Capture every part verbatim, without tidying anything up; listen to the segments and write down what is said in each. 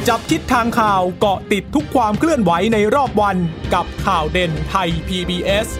จับทิศทางข่าวเกาะติดทุกความเคลื่อนไหวในรอบวันกับข่าวเด่นไทย พี บี เอส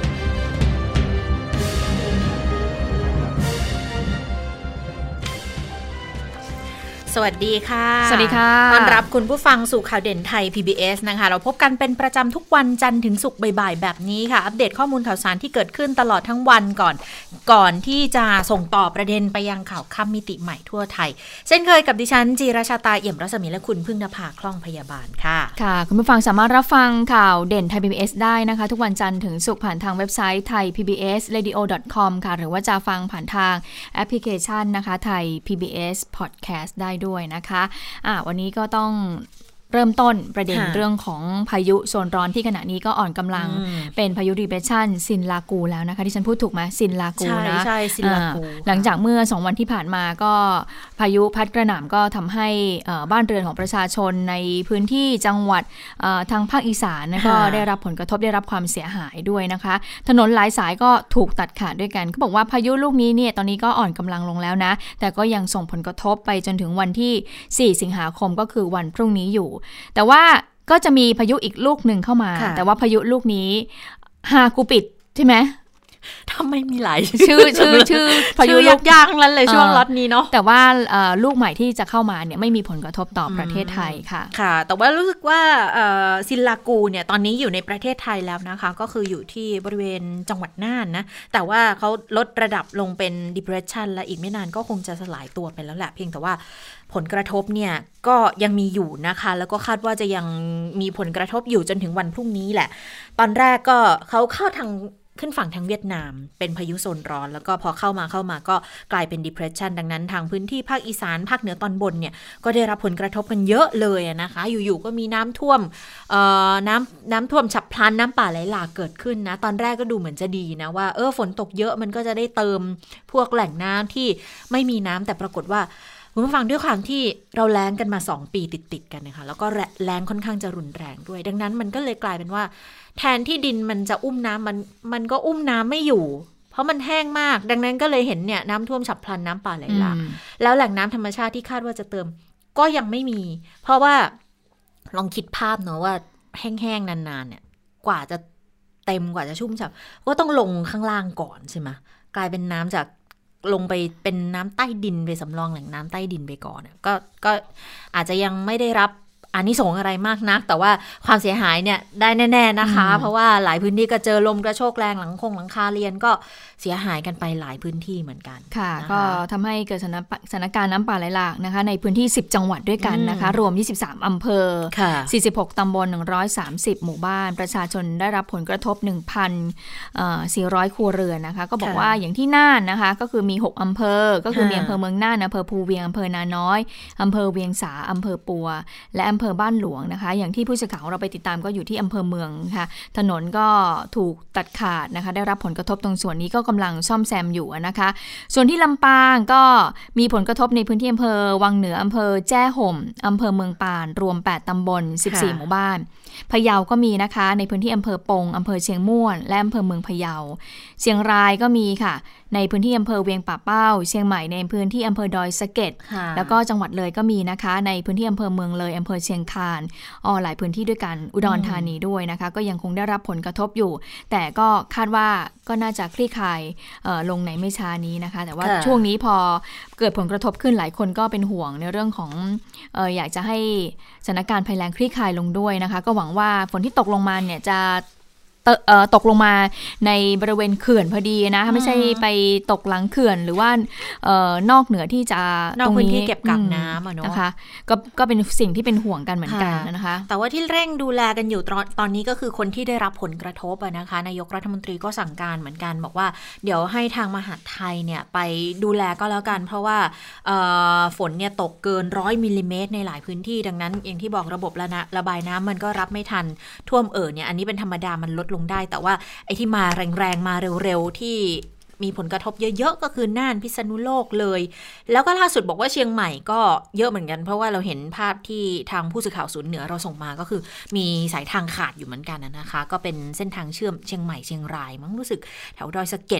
สวัสดีค่ะสวัสดีค่ะต้อนรับคุณผู้ฟังสู่ข่าวเด่นไทย พี บี เอส นะคะเราพบกันเป็นประจำทุกวันจันทร์ถึงศุกร์บ่ายๆแบบนี้ค่ะอัปเดตข้อมูลข่าวสารที่เกิดขึ้นตลอดทั้งวันก่อนก่อนที่จะส่งต่อประเด็นไปยังข่าวค่ำมิติใหม่ทั่วไทยเช่นเคยกับดิฉันจีราชาตาเอี่ยมรัศมีและคุณพึ่งนภาคล่องพยาบาลค่ะค่ะคุณผู้ฟังสามารถรับฟังข่าวเด่นไทย พี บี เอส ได้นะคะทุกวันจันทร์ถึงศุกร์ผ่านทางเว็บไซต์ ไทย พี บี เอส เรดิโอ ดอท คอม ค่ะหรือว่าจะฟังผ่านทางแอปพลิเคชันนะคะไทย พี บี เอส Podcast ได้ด้วยนะคะอ่ะวันนี้ก็ต้องเริ่มต้นประเด็นเรื่องของพายุโซนร้อนที่ขณะนี้ก็อ่อนกำลังเป็นพายุดีเพรสชันซินลากูแล้วนะคะที่ฉันพูดถูกไหมซินลากูนะใช่ซินลากูหลังจากเมื่อสองวันที่ผ่านมาก็พายุพัดกระหน่ำก็ทำให้บ้านเรือนของประชาชนในพื้นที่จังหวัดทางภาคอีสานก็ได้รับผลกระทบได้รับความเสียหายด้วยนะคะถนนหลายสายก็ถูกตัดขาดด้วยกันเขาบอกว่าพายุลูกนี้เนี่ยตอนนี้ก็อ่อนกำลังลงแล้วนะแต่ก็ยังส่งผลกระทบไปจนถึงวันที่สี่สิงหาคมก็คือวันพรุ่งนี้อยู่แต่ว่าก็จะมีพายุอีกลูกหนึ่งเข้ามาแต่ว่าพายุลูกนี้ฮากูปิดใช่ไหมทำไมมีหลายชื่อชื่อชื่อพายุลูกยากๆนั้นเลยช่วงล็อตนี้เนาะแต่ว่าลูกใหม่ที่จะเข้ามาเนี่ยไม่มีผลกระทบต่อประเทศไทยค่ะค่ะแต่ว่ารู้สึกว่าซินลากูเนี่ยตอนนี้อยู่ในประเทศไทยแล้วนะคะก็คืออยู่ที่บริเวณจังหวัดน่านนะแต่ว่าเขาลดระดับลงเป็น depression และอีกไม่นานก็คงจะสลายตัวไปแล้วแหละเพียงแต่ว่าผลกระทบเนี่ยก็ยังมีอยู่นะคะแล้วก็คาดว่าจะยังมีผลกระทบอยู่จนถึงวันพรุ่งนี้แหละตอนแรกก็เขาเข้าทางขึ้นฝั่งทางเวียดนามเป็นพายุโซนร้อนแล้วก็พอเข้ามาเข้ามาก็กลายเป็น depression ดังนั้นทางพื้นที่ภาคอีสานภาคเหนือตอนบนเนี่ยก็ได้รับผลกระทบกันเยอะเลยนะคะอยู่ๆก็มีน้ำท่วมเอ่อน้ำน้ำท่วมฉับพลันน้ำป่าไหลหลากเกิดขึ้นนะตอนแรกก็ดูเหมือนจะดีนะว่าเออฝนตกเยอะมันก็จะได้เติมพวกแหล่งน้ำที่ไม่มีน้ำแต่ปรากฏว่าคุณผู้ฟังด้วยความที่เราแล้งกันมาสองปีติดๆกันนะคะแล้วก็แล้งค่อนข้างจะรุนแรงด้วยดังนั้นมันก็เลยกลายเป็นว่าแทนที่ดินมันจะอุ้มน้ำมันมันก็อุ้มน้ำไม่อยู่เพราะมันแห้งมากดังนั้นก็เลยเห็นเนี่ยน้ำท่วมฉับพลันน้ำป่าไหลหลากแล้วแหล่งน้ำธรรมชาติที่คาดว่าจะเติมก็ยังไม่มีเพราะว่าลองคิดภาพเนาะว่าแห้งๆนานๆเนี่ยกว่าจะเต็มกว่าจะชุ่มฉ่ำก็ต้องลงข้างล่างก่อนใช่ไหมกลายเป็นน้ำจากลงไปเป็นน้ำใต้ดินไปสำรองแหล่งน้ำใต้ดินไปก่อนก็ก็อาจจะยังไม่ได้รับอานิสงส์อะไรมากนักแต่ว่าความเสียหายเนี่ยได้แน่ๆนะคะเพราะว่าหลายพื้นที่ก็เจอลมกระโชกแรงหลังคงหลังคาเรียนก็เสียหายกันไปหลายพื้นที่เหมือนกันค่ะก็ทำให้เกิดสถานการณ์น้ำป่าไหลหลากนะคะในพื้นที่สิบจังหวัดด้วยกันนะคะรวมยี่สิบสามอำเภอสี่สิบหกตำบลหนึ่งร้อยสามสิบหมู่บ้านประชาชนได้รับผลกระทบ หนึ่งพันสี่ร้อย ครัวเรือนนะคะก็บอกว่าอย่างที่น่านนะคะก็คือมีหกอำเภอก็คือมีอำเภอเมืองน่านอำเภอภูเวียงอำเภอนาน้อยอำเภอเวียงสาอำเภอปัวและอำเภอบ้านหลวงนะคะอย่างที่ผู้สื่อข่าวของเราไปติดตามก็อยู่ที่อำเภอเมืองค่ะถนนก็ถูกตัดขาดนะคะได้รับผลกระทบตรงส่วนนี้ก็กำลังซ่อมแซมอยู่นะคะส่วนที่ลำปางก็มีผลกระทบในพื้นที่อำเภอวังเหนืออำเภอแจ้ห่มอำเภอเมืองปานรวมแปดตำบลสิบสี่หมู่บ้านพะเยาก็มีนะคะในพื้นที่อำเภอปงอำเภอเชียงม่วนและอำเภอเมืองพะเยาเชียงรายก็มีค่ะในพื้นที่อำเภอเวียงป่าเป้าเชียงใหม่ในพื้นที่อำเภอดอยสะเก็ดแล้วก็จังหวัดเลยก็มีนะคะในพื้นที่อำเภอเมืองเลยอำเภอเชียงคานอ๋อหลายพื้นที่ด้วยกันอุดรธานีด้วยนะคะก็ยังคงได้รับผลกระทบอยู่แต่ก็คาดว่าก็น่าจะคลี่คลายลงในไม่ช้านี้นะคะแต่ว่าช่วงนี้พอเกิดผลกระทบขึ้นหลายคนก็เป็นห่วงในเรื่องของเอ่ออยากจะให้สถานการณ์ภัยแล้งคลี่คลายลงด้วยนะคะก็หวังว่าฝนที่ตกลงมาเนี่ยจะตกลงมาในบริเวณเขื่อนพอดีนะไม่ใช่ไปตกหลังเขื่อนหรือว่านอกเหนือที่จะนอกพื้นที่เก็บกักน้ำอ่ะเนาะนะคะก็ก็เป็นสิ่งที่เป็นห่วงกันเหมือนกันนะคะแต่ว่าที่เร่งดูแลกันอยู่ตอนนี้ก็คือคนที่ได้รับผลกระทบอ่ะนะคะนายกรัฐมนตรีก็สั่งการเหมือนกันบอกว่าเดี๋ยวให้ทางมหาดไทยเนี่ยไปดูแลก็แล้วกันเพราะว่าฝนเนี่ยตกเกินร้อยมิลลิเมตรในหลายพื้นที่ดังนั้นอย่างที่บอกระบบระบายน้ำมันก็รับไม่ทันท่วมเอ่อเนี่ยอันนี้เป็นธรรมดามันลดลงได้แต่ว่าไอ้ที่มาแรงๆมาเร็วๆที่ มีผลกระทบเยอะๆก็คือน่านพิษณุโลกเลยแล้วก็ล่าสุดบอกว่าเชียงใหม่ก็เยอะเหมือนกันเพราะว่าเราเห็นภาพที่ทางผู้สื่อข่าวศูนย์เหนือเราส่งมาก็คือมีสายทางขาดอยู่เหมือนกันนะคะก็เป็นเส้นทางเชื่อมเชียงใหม่เชียงรายมั้งรู้สึกแถวดอยสะเก็ด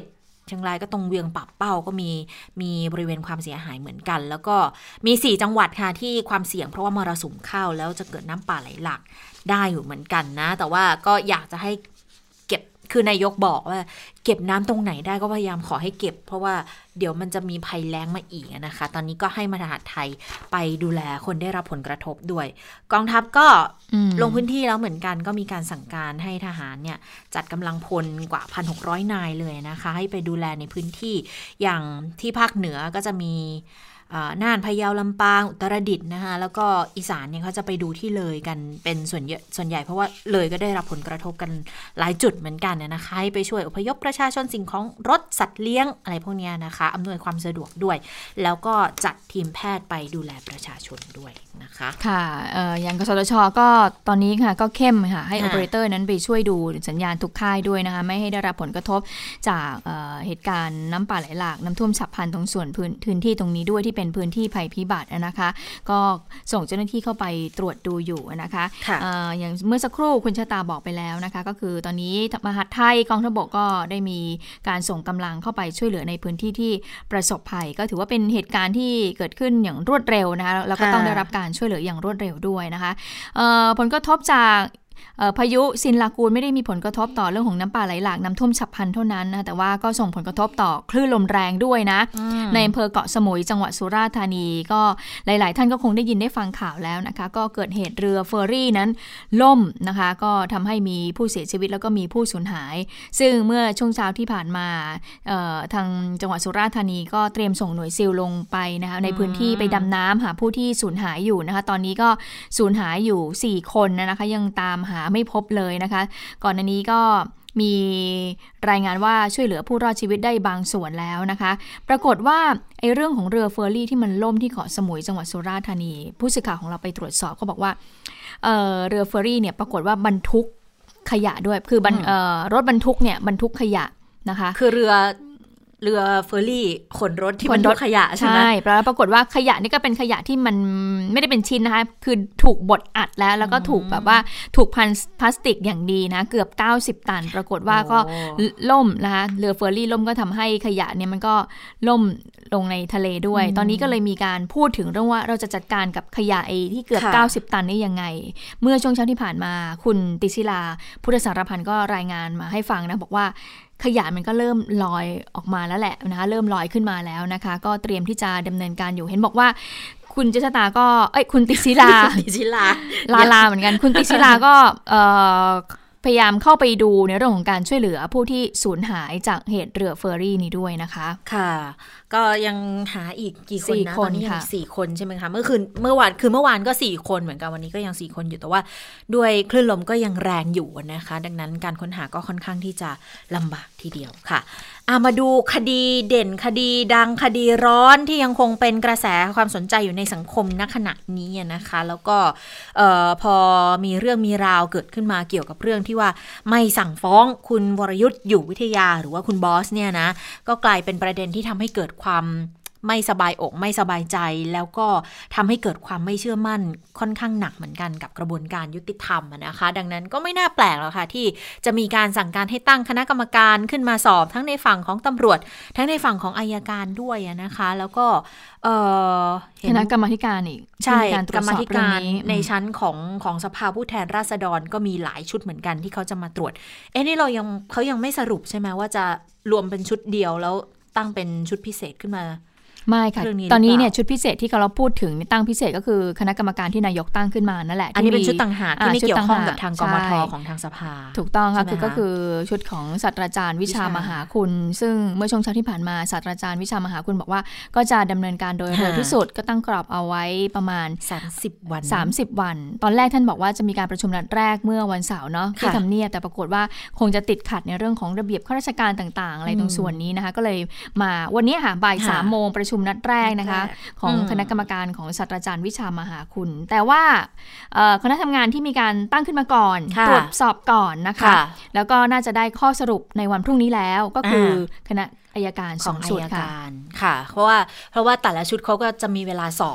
เชียงรายก็ตรงเวียงป่าเป้าก็มีมีบริเวณความเสียหายเหมือนกันแล้วก็มีสี่จังหวัดค่ะที่ความเสี่ยงเพราะว่ามรสุมเข้าแล้วจะเกิดน้ำป่าไหลหลากได้อยู่เหมือนกันนะแต่ว่าก็อยากจะให้เก็บคือนายกบอกว่าเก็บน้ำตรงไหนได้ก็พยายามขอให้เก็บเพราะว่าเดี๋ยวมันจะมีภัยแล้งมาอีกนะคะตอนนี้ก็ให้มหาดไทยไปดูแลคนได้รับผลกระทบด้วยกองทัพก็ลงพื้นที่แล้วเหมือนกันก็มีการสั่งการให้ทหารเนี่ยจัดกำลังพลกว่า หนึ่งพันหกร้อย นายเลยนะคะให้ไปดูแลในพื้นที่อย่างที่ภาคเหนือก็จะมีน่านพะเยาลำปางอุตรดิตถ์นะคะแล้วก็อีสานเนี่ยเขาจะไปดูที่เลยกันเป็นส่วนเยอะส่วนใหญ่เพราะว่าเลยก็ได้รับผลกระทบกันหลายจุดเหมือนกันนะคะให้ไปช่วยอพยพประชาชนสิ่งของรถสัตว์เลี้ยงอะไรพวกนี้นะคะอำนวยความสะดวกด้วยแล้วก็จัดทีมแพทย์ไปดูแลประชาชนด้วยนะคะค่ะอย่างกสทช.ก็ตอนนี้ค่ะก็เข้มค่ะให้ operator นั้นไปช่วยดูสัญญาณทุกค่ายด้วยนะคะไม่ให้ได้รับผลกระทบจากเหตุการณ์น้ำป่าไหลหลากน้ำท่วมฉับพลันตรงส่วนพื้นที่ตรงนี้ด้วยที่เป็นพื้นที่ภัยพิบัตินะคะก็ส่งเจ้าหน้าที่เข้าไปตรวจดูอยู่นะคะ อ, อย่างเมื่อสักครู่คุณชะตาบอกไปแล้วนะคะก็คือตอนนี้มหาดไทยกองทัพบกก็ได้มีการส่งกำลังเข้าไปช่วยเหลือในพื้นที่ที่ประสบภัยก็ถือว่าเป็นเหตุการณ์ที่เกิดขึ้นอย่างรวดเร็วนะคะแล้วก็ต้องได้รับการช่วยเหลืออย่างรวดเร็วด้วยนะคะผลกระทบจากพายุซินลากูนไม่ได้มีผลกระทบต่อเรื่องของน้ำป่าไหลหลากน้ำท่วมฉับพลันเท่านั้นนะแต่ว่าก็ส่งผลกระทบต่อคลื่นลมแรงด้วยนะในอำเภอเกาะสมุยจังหวัดสุราษฎร์ธานีก็หลายๆท่านก็คงได้ยินได้ฟังข่าวแล้วนะคะก็เกิดเหตุเรือเฟอร์รี่นั้นล่มนะคะก็ทำให้มีผู้เสียชีวิตแล้วก็มีผู้สูญหายซึ่งเมื่อช่วงเช้าที่ผ่านมาทางจังหวัดสุราษฎร์ธานีก็เตรียมส่งหน่วยซิลลงไปนะคะในพื้นที่ไปดำน้ำหาผู้ที่สูญหายอยู่นะคะตอนนี้ก็สูญหายอยู่สี่คนนะคะยังตามหาไม่พบเลยนะคะก่อนหน้านี้ก็มีรายงานว่าช่วยเหลือผู้รอดชีวิตได้บางส่วนแล้วนะคะปรากฏว่าไอ้เรื่องของเรือเฟอร์รี่ที่มันล่มที่เกาะสมุยจังหวัดสุราษฎร์ธานีผู้สื่อข่าวของเราไปตรวจสอบเขาบอกว่า เอ่อ เรือเฟอร์รี่เนี่ยปรากฏว่าบรรทุกขยะด้วยคือเอ่อรถบรรทุกเนี่ยบรรทุกขยะนะคะคือเรือเรือเฟอร์รี่ขนรถที่บรรทุกขยะใช่ไหมใช่ปรากฏว่าขยะนี่ก็เป็นขยะที่มันไม่ได้เป็นชิ้นนะคะคือถูกบดอัดแล้วแล้วก็ถูกแบบว่าถูกพันพลาสติกอย่างดีนะเกือบเก้าสิบตันปรากฏว่าก็ล่มนะคะเรือเฟอร์รี่ล่มก็ทำให้ขยะเนี่ยมันก็ล่มลงในทะเลด้วยตอนนี้ก็เลยมีการพูดถึงเรื่องว่าเราจะจัดการกับขยะไอ้ที่เกือบเก้าสิบตันนี่ยังไงเมื่อช่วงเช้าที่ผ่านมาคุณติศิลาพุทธสารพันธ์ก็รายงานมาให้ฟังนะบอกว่าขยะมันก็เริ่มลอยออกมาแล้วแหละนะคะเริ่มลอยขึ้นมาแล้วนะคะก็เตรียมที่จะดำเนินการอยู่เห็นบอกว่าคุณเจษตาก็เอ้ยคุณติศิลาติศิลาลาลาเหมือนกันคุณติศิลาก็เอ่อพยายามเข้าไปดูในเรื่องของการช่วยเหลือผู้ที่สูญหายจากเหตุเรือเฟอร์รี่นี้ด้วยนะคะค่ะก็ยังหาอีกกี่คนนะตอนนี้ยังสี่คนใช่ไหมคะเมื่อคืนเมื่อวานคือเมื่อวานก็สี่คนเหมือนกันวันนี้ก็ยังสี่คนอยู่แต่ว่าด้วยคลื่นลมก็ยังแรงอยู่นะคะดังนั้นการค้นหาก็ค่อนข้างที่จะลำบากทีเดียวค่ะอามาดูคดีเด่นคดีดังคดีร้อนที่ยังคงเป็นกระแสความสนใจอยู่ในสังคมณขณะนี้นะคะแล้วก็เอ่อพอมีเรื่องมีราวเกิดขึ้นมาเกี่ยวกับเรื่องที่ว่าไม่สั่งฟ้องคุณวรยุทธ์อยู่วิทยาหรือว่าคุณบอสเนี่ยนะก็กลายเป็นประเด็นที่ทำให้เกิดความไม่สบายอกไม่สบายใจแล้วก็ทำให้เกิดความไม่เชื่อมั่นค่อนข้างหนักเหมือนกันกับกระบวนการยุติธรรมนะคะดังนั้นก็ไม่น่าแปลกหรอกค่ะที่จะมีการสั่งการให้ตั้งคณะกรรมการขึ้นมาสอบทั้งในฝั่งของตำรวจทั้งในฝั่งของอัยการด้วยนะคะแล้วก็คณะกรรมการอีกใช่กรรมการในชั้นของของสภาผู้แทนราษฎรก็มีหลายชุดเหมือนกันที่เขาจะมาตรวจเอ๊ะนี่เรายังเขายังไม่สรุปใช่ไหมว่าจะรวมเป็นชุดเดียวแล้วตั้งเป็นชุดพิเศษขึ้นมาไม่ค่ะตอนนี้เนี่ยชุดพิเศษที่เราพูดถึงตั้งพิเศษก็คือคณะกรรมการที่นายกตั้งขึ้นมานั่นแหละอันนี้เป็นชุดต่างหากที่ไม่เกี่ยวข้องกับทางกมทของทางสภาถูกต้องค่ะคือก็คือชุดของศาสตราจารย์วิชามหาคุณซึ่งเมื่อช่วงเช้าที่ผ่านมาศาสตราจารย์วิชามหาคุณบอกว่าก็จะดำเนินการโดยเร็วที่สุดก็ตั้งกรอบเอาไว้ประมาณสามสิบวันสามสิบวันตอนแรกท่านบอกว่าจะมีการประชุมนัดแรกเมื่อวันเสาร์เนาะที่ทำเนียบแต่ปรากฏว่าคงจะติดขัดในเรื่องของระเบียบข้าราชการต่างๆอะไรตรงส่วนนี้นะคะก็เลยมาวันนี้ค่ะบ่ายสามโมงประชุมนัดแรกนะคะของคณะกรรมการของศาสตราจารย์วิชามหาคุณแต่ว่าคณะทำงานที่มีการตั้งขึ้นมาก่อนตรวจสอบก่อนนะคะแล้วก็น่าจะได้ข้อสรุปในวันพรุ่งนี้แล้วก็คือคณะอัยการของอัยการค่ะเพราะว่าเพราะว่าแต่ละชุดเขาก็จะมีเวลาสอบ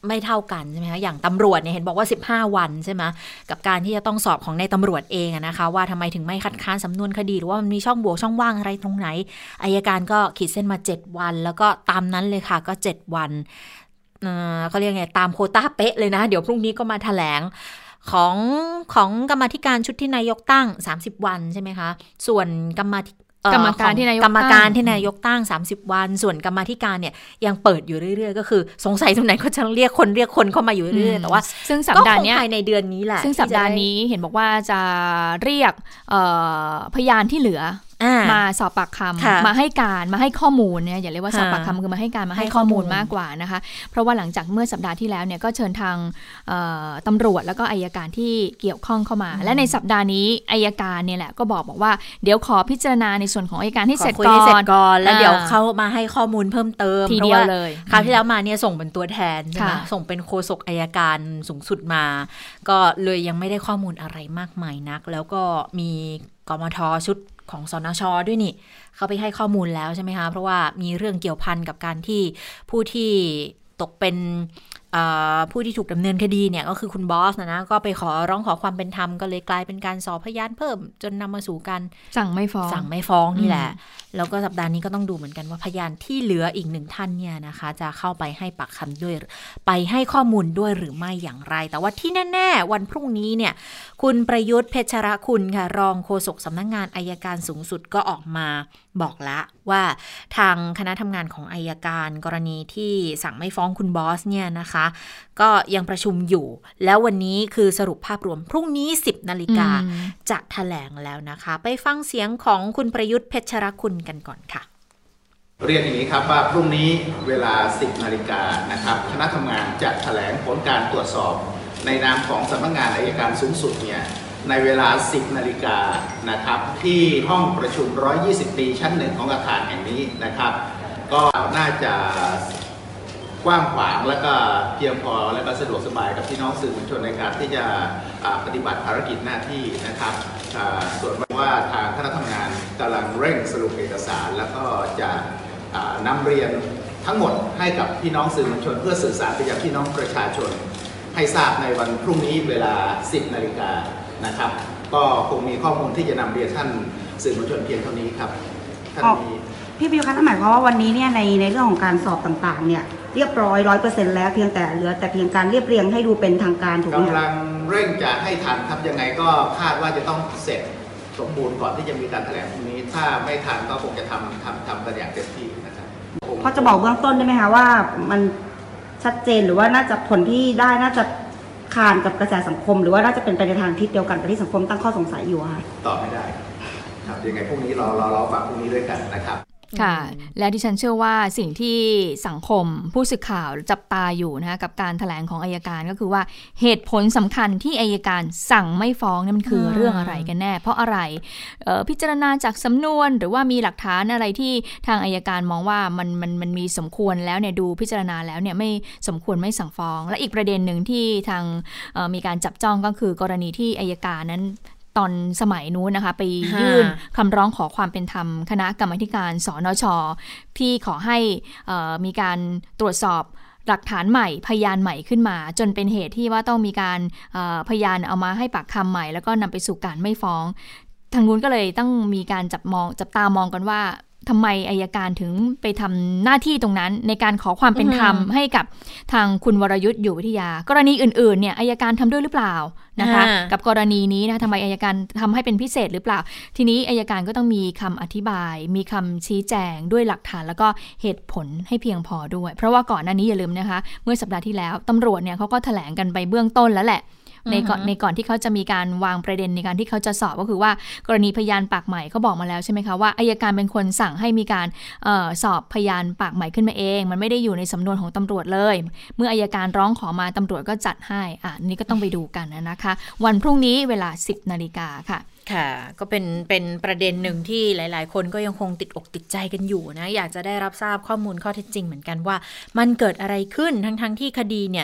ไม่เท่ากันใช่ไหมคะอย่างตำรวจเนี่ยเห็นบอกว่าสิบห้าวันใช่ไหมกับการที่จะต้องสอบของในตำรวจเองนะคะว่าทำไมถึงไม่คัดค้านสำนวนคดีหรือว่ามันมีช่องโหว่ช่องว่างอะไรตรงไหนอัยการก็ขีดเส้นมาเจ็ดวันแล้วก็ตามนั้นเลยค่ะก็เจ็ดวันเอ่อเขาเรียกไงตามโควต้าเป๊ะเลยนะเดี๋ยวพรุ่งนี้ก็มาแถลงของของกรรมาธิการชุดที่นายกตั้งสามสิบวันใช่ไหมคะส่วนกรรมธิกรรมการที่นายกกรรมการที่นายกตั้งสามสิบวันส่วนกรรมาธิการเนี่ยยังเปิดอยู่เรื่อยๆก็คือสงสัยตรงไหนก็จะเรียกคนเรียกคนเข้ามาอยู่เรื่อยๆแต่ว่าซึ่งสัปดาห์นี้ภายในเดือนนี้แหละซึ่งสัปดาห์นี้เห็นบอกว่าจะเรียกพยานที่เหลือมาสอบปากคำมาให้การมาให้ข้อมูลเนี่ยอย่าเรียกว่าสอบปากคำคือมาให้การมาให้ข้อมูลมากกว่านะคะเพราะว่าหลังจากเมื่อสัปดาห์ที่แล้วเนี่ยก็เชิญทางตำรวจแล้วก็อัยการที่เกี่ยวข้องเข้ามาและในสัปดาห์นี้อัยการเนี่ยแหละก็บอกบอกว่าเดี๋ยวขอพิจารณาในส่วนของอัยการให้เสร็จก่อนแล้วเดี๋ยวเขามาให้ข้อมูลเพิ่มเติมทีเดียวเลยคราวที่แล้วมาเนี่ยส่งเป็นตัวแทนใช่ไหมส่งเป็นโฆษกอัยการสูงสุดมาก็เลยยังไม่ได้ข้อมูลอะไรมากมายนักแล้วก็มีกมท.ชุดของสนช.ด้วยนี่เขาไปให้ข้อมูลแล้วใช่ไหมคะเพราะว่ามีเรื่องเกี่ยวพันกับการที่ผู้ที่ตกเป็นผู้ที่ถูกดำเนินคดีเนี่ยก็คือคุณบอสนะนะก็ไปขอร้องขอความเป็นธรรมก็เลยกลายเป็นการสอบพยานเพิ่มจนนำมาสู่การสั่งไม่ฟ้องสั่งไม่ฟ้องนี่แหละแล้วก็สัปดาห์นี้ก็ต้องดูเหมือนกันว่าพยานที่เหลืออีกหนึ่งท่านเนี่ยนะคะจะเข้าไปให้ปากคำด้วยไปให้ข้อมูลด้วยหรือไม่อย่างไรแต่ว่าที่แน่ๆวันพรุ่งนี้เนี่ยคุณประยุทธ์เพชรคุณค่ะรองโฆษกสำนักงานอัยการสูงสุดก็ออกมาบอกละว่าทางคณะทำงานของอัยการกรณีที่สั่งไม่ฟ้องคุณบอสเนี่ยนะคะก็ยังประชุมอยู่แล้ววันนี้คือสรุปภาพรวมพรุ่งนี้ สิบนาฬิกาจะแถลงแล้วนะคะไปฟังเสียงของคุณประยุทธ์เพชรคุณกันก่อนค่ะเรียนอย่างนี้ครับว่าพรุ่งนี้เวลา สิบนาฬิกานะครับคณะทำงานจะแถลงผลการตรวจสอบในนามของสำนักงานอัยการสูงสุดเนี่ยในเวลา สิบนาฬิกานะครับที่ห้องประชุมหนึ่งร้อยยี่สิบปีชั้นหนึ่งของอาคารแห่งนี้นะครับก็น่าจะกว้างขวางและก็เพียงพอและก็สะดวกสบายกับพี่น้องสื่อมวลชนในการที่จะปฏิบัติภารกิจหน้าที่นะครับส่วนว่าทางคณะทำงานกำลังเร่งสรุปเอกสารแล้วก็จะนำเรียนทั้งหมดให้กับพี่น้องสื่อมวลชนเพื่อสื่อสารไปยังพี่น้องประชาชนให้ทราบในวันพรุ่งนี้เวลา สิบนาฬิกานะครับก็คงมีข้อมูลที่จะนำเรียนท่านสื่อมวลชนเพียงเท่านี้ครับท่านมีพี่พิวคะหมายความว่าวันนี้เนี่ยในในเรื่องของการสอบต่างๆเนี่ยเรียบร้อยร้อยเปอร์เซ็นต์แล้วเพียงแต่เหลือแต่เพียงการเรียบเรียงให้ดูเป็นทางการถูกไหมกำลังเร่งจะให้ทันครับยังไงก็คาดว่าจะต้องเสร็จสมบูรณ์ก่อนที่จะมีการแถลงพรุ่งนี้ถ้าไม่ทันก็คงจะทำทำทำกันอย่างเต็มที่นะครับเขาจะบอกเบื้องต้นได้ไหมคะว่ามันชัดเจนหรือว่าน่าจะผลที่ได้น่าจะคานกับกระแสสังคมหรือว่าน่าจะเป็นไปในทางทิศเดียวกันกับที่สังคมตั้งข้อสงสัยอยู่ค่ะตอบไม่ได้ครับยังไงพรุ่งนี้เราเราเราฟังพรุ่งนี้ด้วยกันนะครับค่ะและดิฉันเชื่อว่าสิ่งที่สังคมผู้สื่อข่าวจับตาอยู่นะคะกับการแถลงของอัยการก็คือว่าเหตุผลสำคัญที่อัยการสั่งไม่ฟ้องนี่มันคือเรื่องอะไรกันแน่เพราะอะไรพิจารณาจากสำนวนหรือว่ามีหลักฐานอะไรที่ทางอัยการมองว่ามันมันมันมีสมควรแล้วเนี่ยดูพิจารณาแล้วเนี่ยไม่สมควรไม่สั่งฟ้องและอีกประเด็นหนึ่งที่ทางมีการจับจ้องก็คือกรณีที่อัยการนั้นตอนสมัยนู้นนะคะไปยื่นคำร้องขอความเป็นธรรมคณะกรรมาธิการสนช.ที่ขอให้มีการตรวจสอบหลักฐานใหม่พยานใหม่ขึ้นมาจนเป็นเหตุที่ว่าต้องมีการพยานเอามาให้ปากคำใหม่แล้วก็นำไปสู่การไม่ฟ้องทางนู้นก็เลยต้องมีการจับมองจับตามองกันว่าทำไมอัยการถึงไปทำหน้าที่ตรงนั้นในการขอความเป็นธรรมให้กับทางคุณวรยุทธ์อยู่วิทยากรณีอื่นๆเนี่ยอัยการทำด้วยหรือเปล่านะคะกับกรณีนี้นะทำไมอัยการทำให้เป็นพิเศษหรือเปล่าทีนี้อัยการก็ต้องมีคำอธิบายมีคำชี้แจงด้วยหลักฐานแล้วก็เหตุผลให้เพียงพอด้วยเพราะว่าก่อนหน้านี้อย่าลืมนะคะเมื่อสัปดาห์ที่แล้วตำรวจเนี่ยเขาก็แถลงกันไปเบื้องต้นแล้วแหละในก่อนในก่อนที่เขาจะมีการวางประเด็นในการที่เขาจะสอบก็คือว่ากรณีพยานปากใหม่เขาบอกมาแล้วใช่ไหมคะว่าอัยการเป็นคนสั่งให้มีการเอ่อสอบพยานปากใหม่ขึ้นมาเองมันไม่ได้อยู่ในสำนวนของตำรวจเลยเมื่ออัยการร้องขอมาตำรวจก็จัดให้อ่ะนี่ก็ต้องไปดูกันนะคะวันพรุ่งนี้เวลา สิบนาฬิกาค่ะค่ะก็เป็นเป็นประเด็นหนึ่งที่หลายๆคนก็ยังคงติดอกติดใจกันอยู่นะอยากจะได้รับทราบข้อมูลข้อเท็จจริงเหมือนกันว่ามันเกิดอะไรขึ้นทั้งๆที่คดีเนี่ย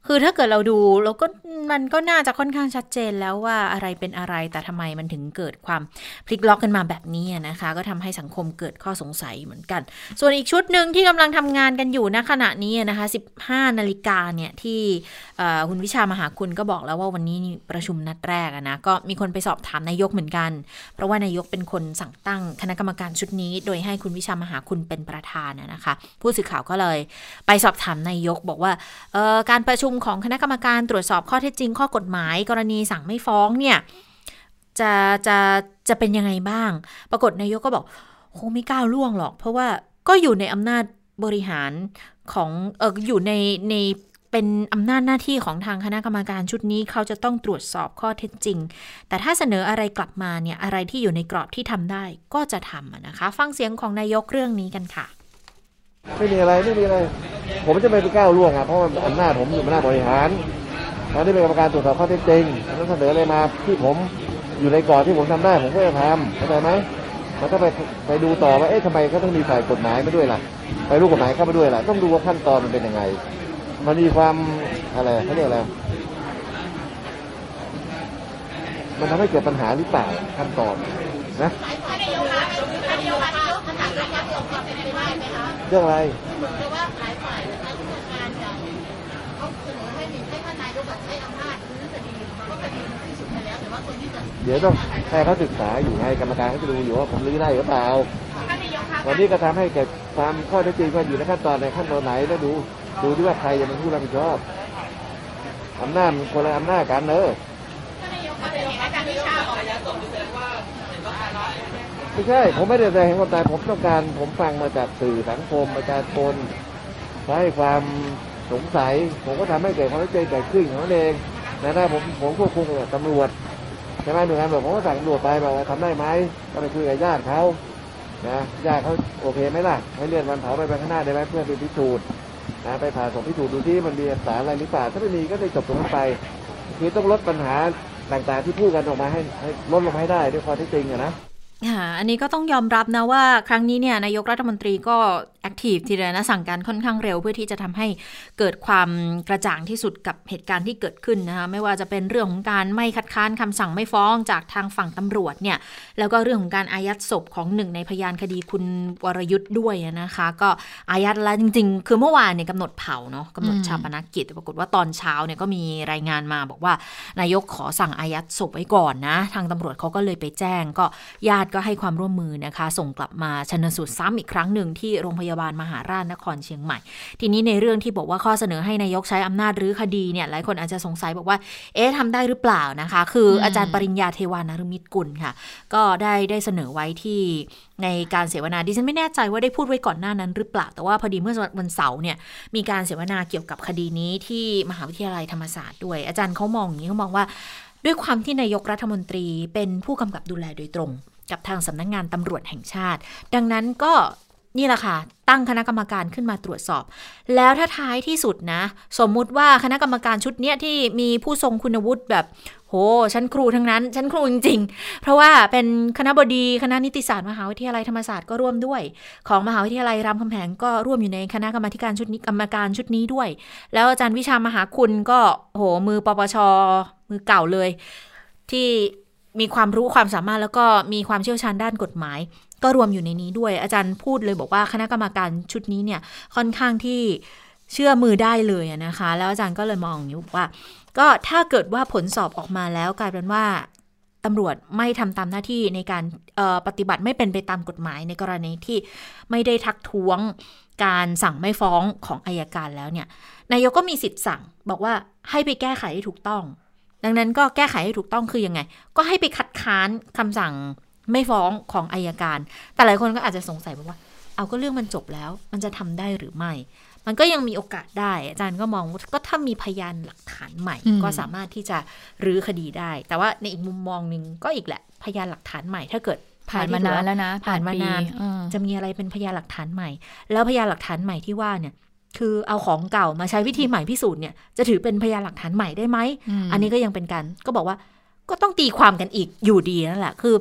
คือถ้าเกิดเราดูเราก็มันก็น่าจะค่อนข้างชัดเจนแล้วว่าอะไรเป็นอะไรแต่ทำไมมันถึงเกิดความพลิกล็อกกันมาแบบนี้นะคะก็ทำให้สังคมเกิดข้อสงสัยเหมือนกันส่วนอีกชุดหนึ่งที่กำลังทำงานกันอยู่ณขณะนี้นะคะสิบห้านาฬิกาเนี่ยที่คุณวิชามหาคุณก็บอกแล้วว่าวันนี้ประชุมนัดแรกนะก็มีคนไปสอบถามนายกเหมือนกันเพราะว่านายกเป็นคนสั่งตั้งคณะกรรมการชุดนี้โดยให้คุณวิชามหาคุณเป็นประธานนะคะผู้สื่อข่าวก็เลยไปสอบถามนายกบอกว่าการประชุมของคณะกรรมการตรวจสอบข้อเท็จจริงข้อกฎหมายกรณีสั่งไม่ฟ้องเนี่ยจะจะจะเป็นยังไงบ้างปรากฏนายกก็บอกคงไม่ก้าวล่วงหรอกเพราะว่าก็อยู่ในอำนาจบริหารของเอออยู่ในในเป็นอำนาจหน้าที่ของทางคณะกรรมการชุดนี้เขาจะต้องตรวจสอบข้อเท็จจริงแต่ถ้าเสนออะไรกลับมาเนี่ยอะไรที่อยู่ในกรอบที่ทำได้ก็จะทำนะคะฟังเสียงของนายกเรื่องนี้กันค่ะไม่มีอะไรไม่มีอะไรผมจะไม่ไปก้าวล่วงอ่ะเพราะว่าอำนาจผมอยู่อำนาจบริหารตอนที่เป็นกรรมการตรวจสอบข้อเท็จจริงแล้วเสนออะไรมาที่ผมอยู่ในกรอบที่ผมทำได้ผมก็จะทำเข้าใจไหมมันก็ไปไปดูต่อว่าเอ๊ะทำไมก็ต้องมีฝ่ายกฎหมายมาด้วยล่ะไปรู้กฎหมายเข้ามาด้วยล่ะต้องดูว่าขั้นตอนมันเป็นยังไงมันมีความอะไรเขาเรียกอะไรมันทำให้เกิดปัญหาหรือเปล่าขั้นตอนนะเรื่องอะไรเดี๋ยวต้องให้เขาศึกษาอยู่ไงกรรมการเขาจะดูอยู่ว่าผมรื้อได้หรือเปล่าวันนี้ก็ทำให้เกิดความข้อเท็จจริงว่าอยู่ในขั้นตอนในขั้นตอนไหนแล้วดูดูด้วยว่าใครจะเป็นผู้รับผิดชอบอำนาจมันคนละอำนาจกันเนอะไม่ใช่ผมไม่ได้แต่เห็นความตายผมต้องการผมฟังมาจากสื่อสังคมประชาชนให้ความสงสัยผมก็ทำให้เกิดความเข้าใจเกิดขึ้นของตัวเองนะถ้าผมผมควบคุมกับตำรวจใช่ไหมหน่วยงานแบบผมก็สั่งตำรวจไปบอกว่าทำได้ไหมก็ไปคุยกับญาติเขานะญาติเขาโอเคไหมล่ะให้เลื่อนวันเผาไปไปข้างหน้าได้ไหมเพื่อเป็นพิสูจน์นะไปผ่าศพพิสูจน์ดูที่มันมีสารอะไรหรือเปล่าถ้าไม่มีก็ได้จบตรงนั้นไปคือต้องลดปัญหาต่างๆที่พูดกันออกมาให้ให้ลดลงให้ได้ด้วยความที่จริงอะนะค่ะอันนี้ก็ต้องยอมรับนะว่าครั้งนี้เนี่ยนายกรัฐมนตรีก็แอคทีฟทีเดียวนะสั่งการค่อนข้างเร็วเพื่อที่จะทำให้เกิดความกระจ่างที่สุดกับเหตุการณ์ที่เกิดขึ้นนะคะไม่ว่าจะเป็นเรื่องของการไม่คัดค้านคำสั่งไม่ฟ้องจากทางฝั่งตำรวจเนี่ยแล้วก็เรื่องของการอายัดศพของหนึ่งในพยานคดีคุณวรยุทธ์ด้วยนะคะก็อายัดแล้วจริงๆคือเมื่อวานเนี่ยกำหนดเผาเนาะกำหนดชาปนกิจแต่ปรากฏว่าตอนเช้าเนี่ยก็มีรายงานมาบอกว่านายกขอสั่งอายัดศพไว้ก่อนนะทางตำรวจเขาก็เลยไปแจ้งก็ญาติก็ให้ความร่วมมือนะคะส่งกลับมาชันสูตรซ้ำอีกครั้งหนึ่งที่โรงพยาบาลมหาราชนครเชียงใหม่ทีนี้ในเรื่องที่บอกว่าข้อเสนอให้นายกใช้อำนาจรื้อคดีเนี่ยหลายคนอาจจะสงสัยบอกว่าเอ๊ะทำได้หรือเปล่านะคะคืออาจารย์ปริญญาเทวานฤมิตกุลค่ะก็ได้ได้เสนอไว้ที่ในการเสวนาดิฉันไม่แน่ใจว่าได้พูดไว้ก่อนหน้านั้นหรือเปล่าแต่ว่าพอดีเมื่อวันเสาร์เนี่ยมีการเสวนาเกี่ยวกับคดีนี้ที่มหาวิทยาลัยธรรมศาสตร์ด้วยอาจารย์เขามองอย่างนี้เขามองว่าด้วยความที่นายกรัฐมนตรีเป็นผู้กำกับดูแลโดยตรงกับทางสำนักงานตำรวจแห่งชาติดังนั้นก็นี่แหละค่ะตั้งคณะกรรมการขึ้นมาตรวจสอบแล้วถ้าท้ายที่สุดนะสมมุติว่าคณะกรรมการชุดเนี้ยที่มีผู้ทรงคุณวุฒิแบบโหชั้นครูทั้งนั้นชั้นครูจริงๆเพราะว่าเป็นคณบดีคณะนิติศาสตร์มหาวิทยาลัยธรรมศาสตร์ก็ร่วมด้วยของมหาวิทยาลัยรามคำแหงก็ร่วมอยู่ในคณะกรรมการชุดนี้กรรมการชุดนี้ด้วยแล้วอาจารย์วิชามหาคุณก็โหมือปปชมือเก่าเลยที่มีความรู้ความสามารถแล้วก็มีความเชี่ยวชาญด้านกฎหมายก็รวมอยู่ในนี้ด้วยอาจารย์พูดเลยบอกว่าคณะกรรมการชุดนี้เนี่ยค่อนข้างที่เชื่อมือได้เลยนะคะแล้วอาจารย์ก็เลยมองอย่างนี้ว่าก็ถ้าเกิดว่าผลสอบออกมาแล้วกลายเป็นว่าตำรวจไม่ทำตามหน้าที่ในการปฏิบัติไม่เป็นไปตามกฎหมายในกรณีที่ไม่ได้ทักท้วงการสั่งไม่ฟ้องของอัยการแล้วเนี่ยนายกก็มีสิทธิ์สั่งบอกว่าให้ไปแก้ไขให้ถูกต้องดังนั้นก็แก้ไขให้ถูกต้องคือยังไงก็ให้ไปคัดค้านคำสั่งไม่ฟ้องของอัยการแต่หลายคนก็อาจจะสงสัยว่าเอาก็เรื่องมันจบแล้วมันจะทำได้หรือไม่มันก็ยังมีโอกาสได้อาจารย์ก็มองว่าก็ถ้ามีพยานหลักฐานใหม่ก็สามารถที่จะรื้อคดีได้แต่ว่าในอีกมุมมองนึงก็อีกแหละพยานหลักฐานใหม่ถ้าเกิดผ่านมานานแล้วนะผ่านมานานจะมีอะไรเป็นพยานหลักฐานใหม่แล้วพยานหลักฐานใหม่ที่ว่าเนี่ยคือเอาของเก่ามาใช้วิธีใหม่พิสูจน์เนี่ยจะถือเป็นพยานหลักฐานใหม่ได้ไหม อ, อันนี้ก็ยังเป็นการก็บอกว่าก็ต้องตีความกันอีกอยู่ดีนั่นแหละคือ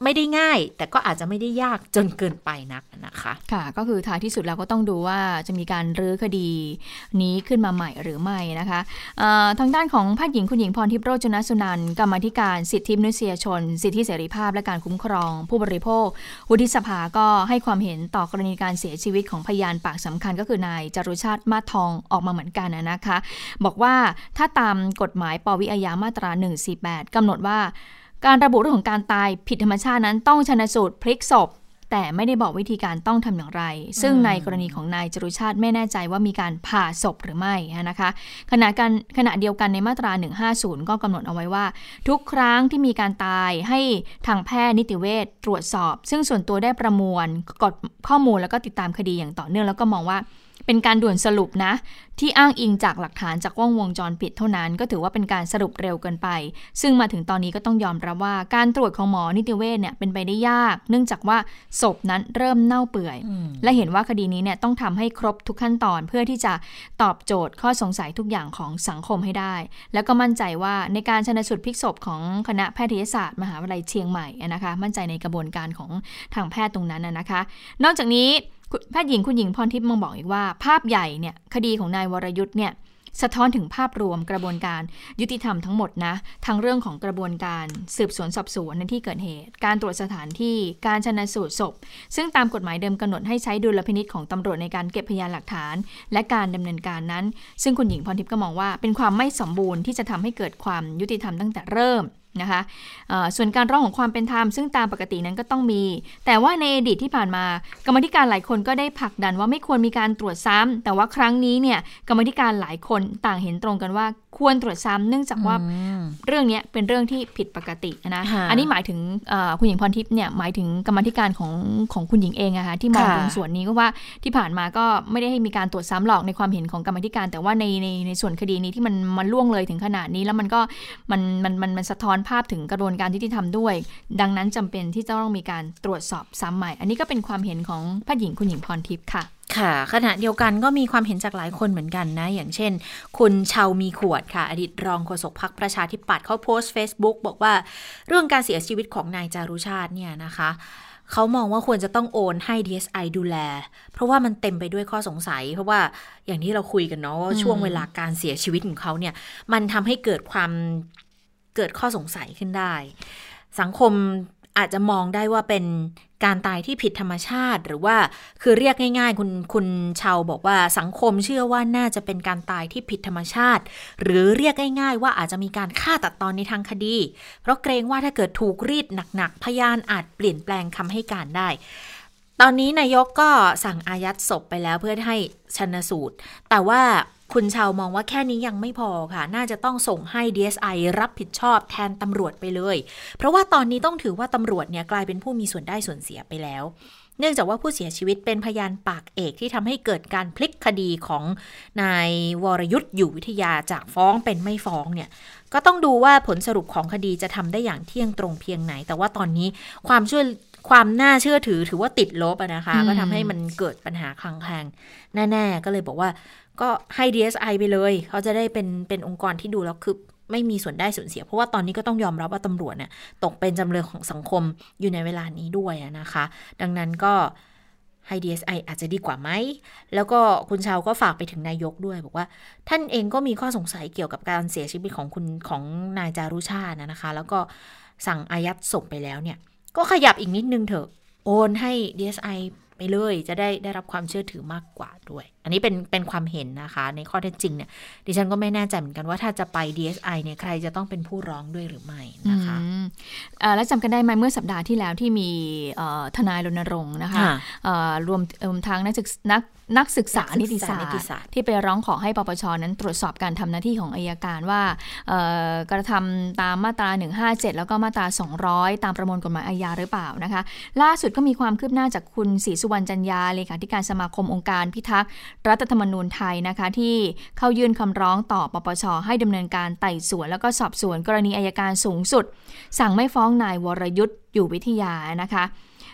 ไม่ได้ง่ายแต่ก็อาจจะไม่ได้ยากจนเกินไปนักนะคะค่ะก็คือท้ายที่สุดเราก็ต้องดูว่าจะมีการรื้อคดีนี้ขึ้นมาใหม่หรือไม่นะคะทางด้านของแพทย์หญิงคุณหญิงพรทิพย์โรจนสุนันท์กรรมาธิการสิทธิมนุษยชนสิทธิเสรีภาพและการคุ้มครองผู้บริโภควุฒิสภาก็ให้ความเห็นต่อกรณีการเสียชีวิตของพยานปากสำคัญก็คือนายจารุชาติมาสทองออกมาเหมือนกันนะคะบอกว่าถ้าตามกฎหมายปวิอาญามาตราหนึ่งสี่แปดกำหนดว่าการระบุเรื่องของการตายผิดธรรมชาตินั้นต้องชันสูตรพลิกศพแต่ไม่ได้บอกวิธีการต้องทำอย่างไรซึ่งในกรณีของนายจรุชาติไม่แน่ใจว่ามีการผ่าศพหรือไม่นะคะขณะกันขณะเดียวกันในมาตราหนึ่งห้าศูนย์ก็กำหนดเอาไว้ว่าทุกครั้งที่มีการตายให้ทางแพทย์นิติเวชตรวจสอบซึ่งส่วนตัวได้ประมวลกดข้อมูลแล้วก็ติดตามคดีอย่างต่อเนื่องแล้วก็มองว่าเป็นการด่วนสรุปนะที่อ้างอิงจากหลักฐานจากกล้องวงจรปิดเท่านั้นก็ถือว่าเป็นการสรุปเร็วเกินไปซึ่งมาถึงตอนนี้ก็ต้องยอมรับว่าการตรวจของหมอนิติเวชเนี่ยเป็นไปได้ยากเนื่องจากว่าศพนั้นเริ่มเน่าเปื่อยและเห็นว่าคดีนี้เนี่ยต้องทำให้ครบทุกขั้นตอนเพื่อที่จะตอบโจทย์ข้อสงสัยทุกอย่างของสังคมให้ได้แล้วก็มั่นใจว่าในการชันสูตรพลิกศพของคณะแพทยศาสตร์มหาวิทยาลัยเชียงใหม่นะคะมั่นใจในกระบวนการของทางแพทย์ตรงนั้นนะคะนอกจากนี้แพทย์หญิงคุณหญิงพรทิพย์มองบอกอีกว่าภาพใหญ่เนี่ยคดีของนายวรยุทธ์เนี่ยสะท้อนถึงภาพรวมกระบวนการยุติธรรมทั้งหมดนะทั้งเรื่องของกระบวนการสืบสวนสอบสวนในที่เกิดเหตุการตรวจสถานที่การชันสูตรศพซึ่งตามกฎหมายเดิมกำหนดให้ใช้ดุลพินิจของตำรวจในการเก็บพยานหลักฐานและการดำเนินการนั้นซึ่งคุณหญิงพรทิพย์ก็มองว่าเป็นความไม่สมบูรณ์ที่จะทำให้เกิดความยุติธรรมตั้งแต่เริ่มนะคะส่วนการร้องของความเป็นธรรมซึ่งตามปกตินั้นก็ต้องมีแต่ว่าในอดีตที่ผ่านมากรรมธิการหลายคนก็ได้ผลักดันว่าไม่ควรมีการตรวจซ้ำแต่ว่าครั้งนี้เนี่ยกรรมธิการหลายคนต่างเห็นตรงกันว่าควรตรวจซ้ำเนื่องจากว่าเรื่องนี้เป็นเรื่องที่ผิดปกตินะอันนี้หมายถึงคุณหญิงพรทิพย์เนี่ยหมายถึงกรรมธิการของของคุณหญิงเองอะค่ะที่มองตรงส่วนนี้ก็ว่าที่ผ่านมาก็ไม่ได้ให้มีการตรวจซ้ำหรอกในความเห็นของกรรมธิการแต่ว่าในในในส่วนคดีนี้ที่มันมันล่วงเลยถึงขนาดนี้แล้วมันก็มันมันมันมันสะท้อนภาพถึงกระบวนการยุติธรรมด้วยดังนั้นจำเป็นที่จะต้องมีการตรวจสอบซ้ำใหม่อันนี้ก็เป็นความเห็นของแพทย์หญิงคุณหญิงพรทิพย์ค่ะค่ะขณะเดียวกันก็มีความเห็นจากหลายคนเหมือนกันนะอย่างเช่นคุณชาวมีขวดค่ะอดีตรองโฆษกพรรคประชาธิปัตย์เขาโพสต์ Facebook บอกว่าเรื่องการเสียชีวิตของนายจารุชาติเนี่ยนะคะเขามองว่าควรจะต้องโอนให้ ดี เอส ไอ ดูแลเพราะว่ามันเต็มไปด้วยข้อสงสัยเพราะว่าอย่างที่เราคุยกันเนาะว่าช่วงเวลาการเสียชีวิตของเขาเนี่ยมันทำให้เกิดความเกิดข้อสงสัยขึ้นได้สังคมอาจจะมองได้ว่าเป็นการตายที่ผิดธรรมชาติหรือว่าคือเรียกง่ายๆคุณคุณชาวบอกว่าสังคมเชื่อว่าน่าจะเป็นการตายที่ผิดธรรมชาติหรือเรียกง่ายๆว่าอาจจะมีการฆ่าตัดตอนในทางคดีเพราะเกรงว่าถ้าเกิดถูกรีดหนักๆพยานอาจเปลี่ยนแปลงคำให้การได้ตอนนี้นายกก็สั่งอายัดศพไปแล้วเพื่อให้ชันสูตรแต่ว่าคุณชาวมองว่าแค่นี้ยังไม่พอค่ะน่าจะต้องส่งให้ ดี เอส ไอ รับผิดชอบแทนตำรวจไปเลยเพราะว่าตอนนี้ต้องถือว่าตำรวจเนี่ยกลายเป็นผู้มีส่วนได้ส่วนเสียไปแล้วเนื่องจากว่าผู้เสียชีวิตเป็นพยานปากเอกที่ทำให้เกิดการพลิกคดีของนายวรยุทธ์อยู่วิทยาจากฟ้องเป็นไม่ฟ้องเนี่ยก็ต้องดูว่าผลสรุปของคดีจะทำได้อย่างเที่ยงตรงเพียงไหนแต่ว่าตอนนี้ความช่วยความน่าเชื่อถือถือว่าติดลบนะคะก็ทำให้มันเกิดปัญหาคลังแคลงแน่ๆก็เลยบอกว่าก็ให้ ดี เอส ไอ ไปเลยเขาจะได้เป็นเป็นองค์กรที่ดูแล้วคือไม่มีส่วนได้ส่วนเสียเพราะว่าตอนนี้ก็ต้องยอมรับว่าตำรวจเนี่ยตกเป็นจำเลยของสังคมอยู่ในเวลานี้ด้วยนะคะดังนั้นก็ให้ ดี เอส ไอ อาจจะดีกว่าไหมแล้วก็คุณชาวก็ฝากไปถึงนายกด้วยบอกว่าท่านเองก็มีข้อสงสัยเกี่ยวกับการเสียชีวิตของคุณของนายจารุชาตินะคะแล้วก็สั่งอายัดศพไปแล้วเนี่ยก็ขยับอีกนิดนึงเถอะโอนให้ ดี เอส ไอ ไปเลยจะได้ได้รับความเชื่อถือมากกว่าด้วยอันนี้เป็นเป็นความเห็นนะคะในข้อเท็จจริงเนี่ยดิฉันก็ไม่แน่ใจเหมือนกันว่าถ้าจะไป ดี เอส ไอ เนี่ยใครจะต้องเป็นผู้ร้องด้วยหรือไม่นะคะแล้วจำกันได้ไหมเมื่อสัปดาห์ที่แล้วที่มีทนายรณรงค์นะคะรวมทางนักศึกนักนักศึกษานิติศาสตร์ที่ไปร้องขอให้ปปช.นั้นตรวจสอบการทำหน้าที่ของอัยการว่ากระทำตามมาตราหนึ่งห้าเจ็ดแล้วก็มาตราสองร้อยตามประมวลกฎหมายอาญาหรือเปล่านะคะล่าสุดก็มีความคืบหน้าจากคุณศรีสุวรรณจันยาเลขาธิการสมาคมองค์การพิทักษ์รัฐธรรมนูญไทยนะคะที่เข้ายื่นคำร้องต่อปปช.ให้ดำเนินการไต่สวนแล้วก็สอบสวนกรณีอัยการสูงสุดสั่งไม่ฟ้องนายวรยุทธ์อยู่วิทยานะคะ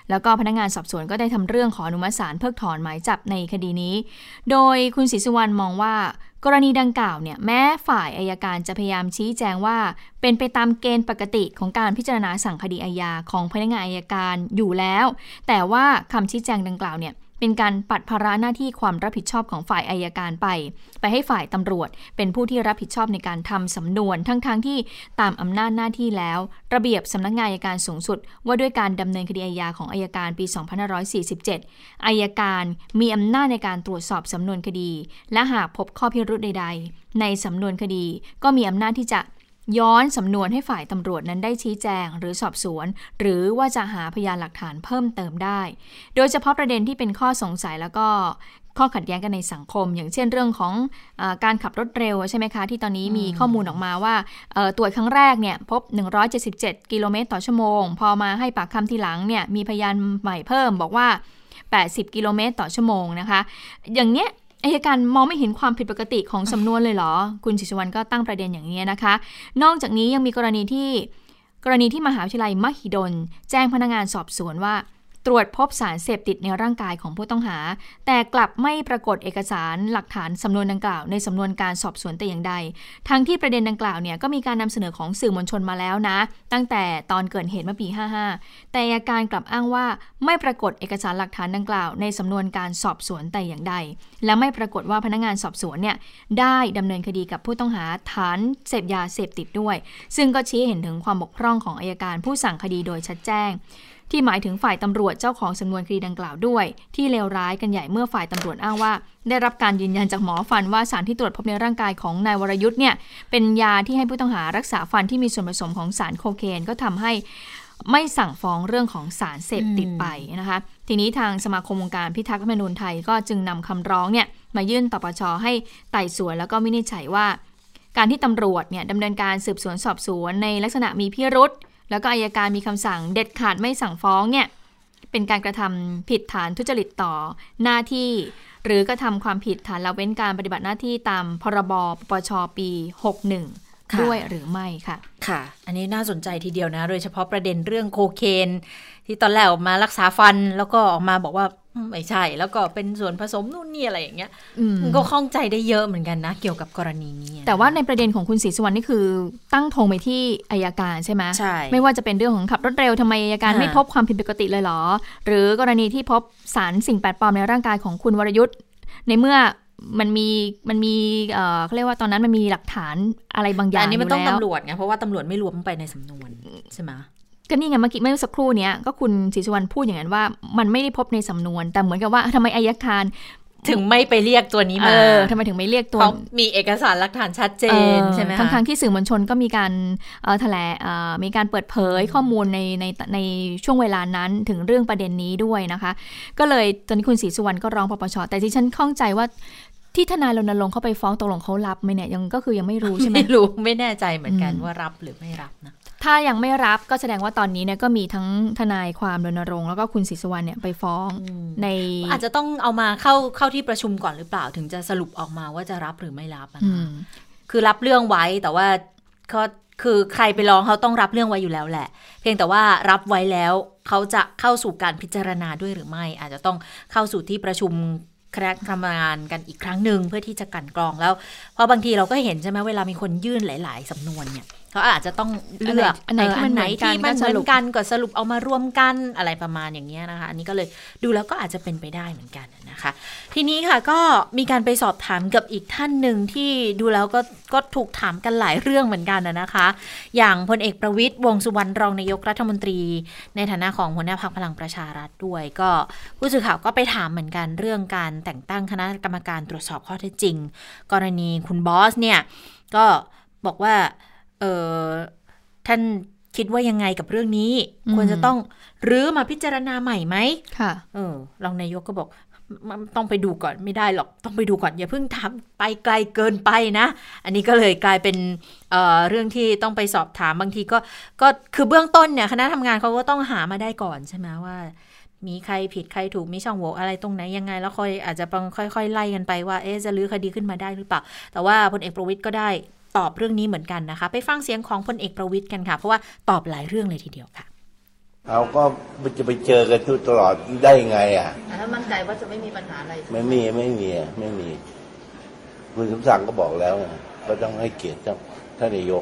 แล้วก็พนักงานสอบสวนก็ได้ทำเรื่องขออนุมัติศาลเพิกถอนหมายจับในคดีนี้โดยคุณศรีสุวรรณมองว่ากรณีดังกล่าวเนี่ยแม้ฝ่ายอัยการจะพยายามชี้แจงว่าเป็นไปตามเกณฑ์ปกติของการพิจารณาสั่งคดีอาญาของพนักงานอัยการอยู่แล้วแต่ว่าคำชี้แจงดังกล่าวเนี่ยเป็นการปัดภาระหน้าที่ความรับผิดชอบของฝ่ายอัยการไปไปให้ฝ่ายตำรวจเป็นผู้ที่รับผิดชอบในการทำสำนวนทั้งๆ ท, ที่ตามอำนาจหน้าที่แล้วระเบียบสำนักงานอัยการสูงสุดว่าด้วยการดำเนินคดีอาญาของอัยการปี สองพันห้าร้อยสี่สิบเจ็ด อัยการมีอำนาจในการตรวจสอบสำนวนคดีและหากพบข้อพิรุธใดๆในสำนวนคดีก็มีอำนาจที่จะย้อนสำนวนให้ฝ่ายตำรวจนั้นได้ชี้แจงหรือสอบสวนหรือว่าจะหาพยานหลักฐานเพิ่มเติมได้โดยเฉพาะประเด็นที่เป็นข้อสงสัยแล้วก็ข้อขัดแย้งกันในสังคมอย่างเช่นเรื่องของเอ่อการขับรถเร็วใช่ไหมคะที่ตอนนี้มีข้อมูลออกมาว่าตรวจครั้งแรกเนี่ยพบหนึ่งร้อยเจ็ดสิบเจ็ดกิโลเมตรต่อชั่วโมงพอมาให้ปากคำทีหลังเนี่ยมีพยานใหม่เพิ่มบอกว่าแปดสิบกิโลเมตรต่อชั่วโมงนะคะอย่างเนี้ยอัยการมองไม่เห็นความผิดปกติของสำนวนเลยเหรอคุณศรีสุวรรณก็ตั้งประเด็นอย่างนี้นะคะนอกจากนี้ยังมีกรณีที่กรณีที่มหาวิทยาลัยมหิดลแจ้งพนักงานสอบสวนว่าตรวจพบสารเสพติดในร่างกายของผู้ต้องหาแต่กลับไม่ปรากฏเอกสารหลักฐานสำนวนดังกล่าวในสำนวนการสอบสวนแต่อย่างใดทั้งที่ประเด็นดังกล่าวเนี่ยก็มีการนำเสนอของสื่อมวลชนมาแล้วนะตั้งแต่ตอนเกิดเหตุเมื่อปีห้าห้าแต่อัยการกลับอ้างว่าไม่ปรากฏเอกสารหลักฐานดังกล่าวในสำนวนการสอบสวนแต่อย่างใดและไม่ปรากฏว่าพนักงานสอบสวนเนี่ยได้ดำเนินคดีกับผู้ต้องหาฐานเสพยาเสพติดด้วยซึ่งก็ชี้เห็นถึงความบกพร่องของอัยการผู้สั่งคดีโดยชัดแจ้งที่หมายถึงฝ่ายตำรวจเจ้าของสำนวนคดีดังกล่าวด้วยที่เลวร้ายกันใหญ่เมื่อฝ่ายตำรวจอ้างว่าได้รับการยืนยันจากหมอฟันว่าสารที่ตรวจพบในร่างกายของนายวรยุทธ์เนี่ยเป็นยาที่ให้ผู้ต้องหารักษาฟันที่มีส่วนผสมของสารโคเคนก็ทำให้ไม่สั่งฟ้องเรื่องของสารเสพติดไปนะคะทีนี้ทางสมาคมองค์การพิทักษ์รัฐธรรมนูญไทยก็จึงนำคำร้องเนี่ยมายื่นต่อปปช.ให้ไต่สวนแล้วก็วินิจฉัยว่าการที่ตำรวจเนี่ยดำเนินการสืบสวนสอบสวนในลักษณะมีพิรุธแล้วก็อัยการมีคำสั่งเด็ดขาดไม่สั่งฟ้องเนี่ยเป็นการกระทำผิดฐานทุจริตต่อหน้าที่หรือกระทำความผิดฐานละเว้นการปฏิบัติหน้าที่ตามพรบปปช.ปีหกสิบเอ็ดด้วยหรือไม่ค่ะค่ะอันนี้น่าสนใจทีเดียวนะโดยเฉพาะประเด็นเรื่องโคเคนที่ตอนแรกออกมารักษาฟันแล้วก็ออกมาบอกว่าไม่ใช่แล้วก็เป็นส่วนผสมนู่นนี่อะไรอย่างเงี้ยมันก็ข้องใจได้เยอะเหมือนกันนะเกี่ยวกับกรณีนี้แต่ว่าในประเด็นของคุณศรีสุวรรณนี่คือตั้งธงไปที่อัยการใช่ไหมใช่ไม่ว่าจะเป็นเรื่องของขับรถเร็วทำไมอัยการไม่พบความผิดปกติเลยเหรอหรือกรณีที่พบสารสิ่งแปลกปลอมในร่างกายของคุณวรยุทธ์ในเมื่อมันมีมันมีเอ่อเขาเรียกว่าตอนนั้นมันมีหลักฐานอะไรบางอย่างแต่อันนี้มันต้องตำรวจไงเพราะว่าตำรวจไม่รวมไปในสำนวนใช่ไหมก็นี่ไงเมื่อกี้เมื่อสักครู่เนี้ยก็คุณศรีสุวรรณพูดอย่างนั้นว่ามันไม่ได้พบในสำนวนแต่เหมือนกับว่าทำไมอัยการถึงไม่ไปเรียกตัวนี้มาเออทำไมถึงไม่เรียกตัวเขามีเอกสารหลักฐานชัดเจนใช่ไหมคะทั้งๆที่สื่อมวลชนก็มีการแถลงมีการเปิดเผยข้อมูลในในในช่วงเวลานั้นถึงเรื่องประเด็นนี้ด้วยนะคะก็เลยตอนนี้คุณศรีสุวรรณก็ร้องปปช.แต่ที่ฉันข้องใจว่าที่ทนายรณรงค์เข้าไปฟ้องตกลงเขารับไหมเนี่ยยังก็คือยังไม่รู้ใช่ไหมไม่รู้ไม่แน่ใจเหมือนกันว่ารับหรือไม่รับนะถ้ายังไม่รับก็แสดงว่าตอนนี้เนี่ยก็มีทั้งทนายความรณรงค์แล้วก็คุณศรีสุวรรณเนี่ยไปฟ้องในอาจจะต้องเอามาเข้าเข้าที่ประชุมก่อนหรือเปล่าถึงจะสรุปออกมาว่าจะรับหรือไม่รับนะคือรับเรื่องไว้แต่ว่าก็คือใครไปร้องเขาต้องรับเรื่องไว้อยู่แล้วแหละเพียงแต่ว่ารับไว้แล้วเขาจะเข้าสู่การพิจารณาด้วยหรือไม่อาจจะต้องเข้าสู่ที่ประชุมคณะทำงานกันอีกครั้งหนึ่งเพื่อที่จะกลั่นกรองแล้วเพราะบางทีเราก็เห็นใช่ไหมเวลามีคนยื่นหลายๆสำนวนเนี่ยเขาอาจจะต้องเลือกอันไหนที่มันไหนที่มันเหมือนกันก็สรุปเอามารวมกันอะไรประมาณอย่างเงี้ยนะคะอันนี้ก็เลยดูแล้วก็อาจจะเป็นไปได้เหมือนกันนะคะทีนี้ค่ะก็มีการไปสอบถามกับอีกท่านหนึ่งที่ดูแล้วก็ก็ถูกถามกันหลายเรื่องเหมือนกันนะคะอย่างพลเอกประวิตรวงษ์สุวรรณรองนายกรัฐมนตรีในฐานะของหัวหน้าพรรคพลังประชารัฐด้วยก็ผู้สื่อข่าวก็ไปถามเหมือนกันเรื่องการแต่งตั้งคณะกรรมการตรวจสอบข้อเท็จจริงกรณีคุณบอสเนี่ยก็บอกว่าเออท่านคิดว่ายังไงกับเรื่องนี้ควรจะต้องรื้อมาพิจารณาใหม่ไหมค่ะเออรองนายกก็บอกต้องไปดูก่อนไม่ได้หรอกต้องไปดูก่อนอย่าเพิ่งทำไปไกลเกินไปนะอันนี้ก็เลยกลายเป็น เอ่อ เรื่องที่ต้องไปสอบถามบางทีก็ก็คือเบื้องต้นเนี่ยคณะทำงานเขาก็ต้องหามาได้ก่อนใช่ไหมว่ามีใครผิดใครถูกมีช่องโหว่อะไรตรงไหนยังไงแล้วค่อยอาจจะค่อยๆไล่กันไปว่าเอ๊ะจะรื้อคดีขึ้นมาได้หรือเปล่าแต่ว่าพลเอกประวิตรก็ได้ตอบเรื่องนี้เหมือนกันนะคะไปฟังเสียงของพลเอกประวิตรกันค่ะเพราะว่าตอบหลายเรื่องเลยทีเดียวค่ะเอาก็จะไปเจอกันทุกตลอดได้ไงอ่ะแล้วมั่นใจว่าจะไม่มีปัญหาอะไรไม่มีไม่มีไม่มีคุณสมศักดิ์ก็บอกแล้วก็ต้องให้เกียรติท่านนายก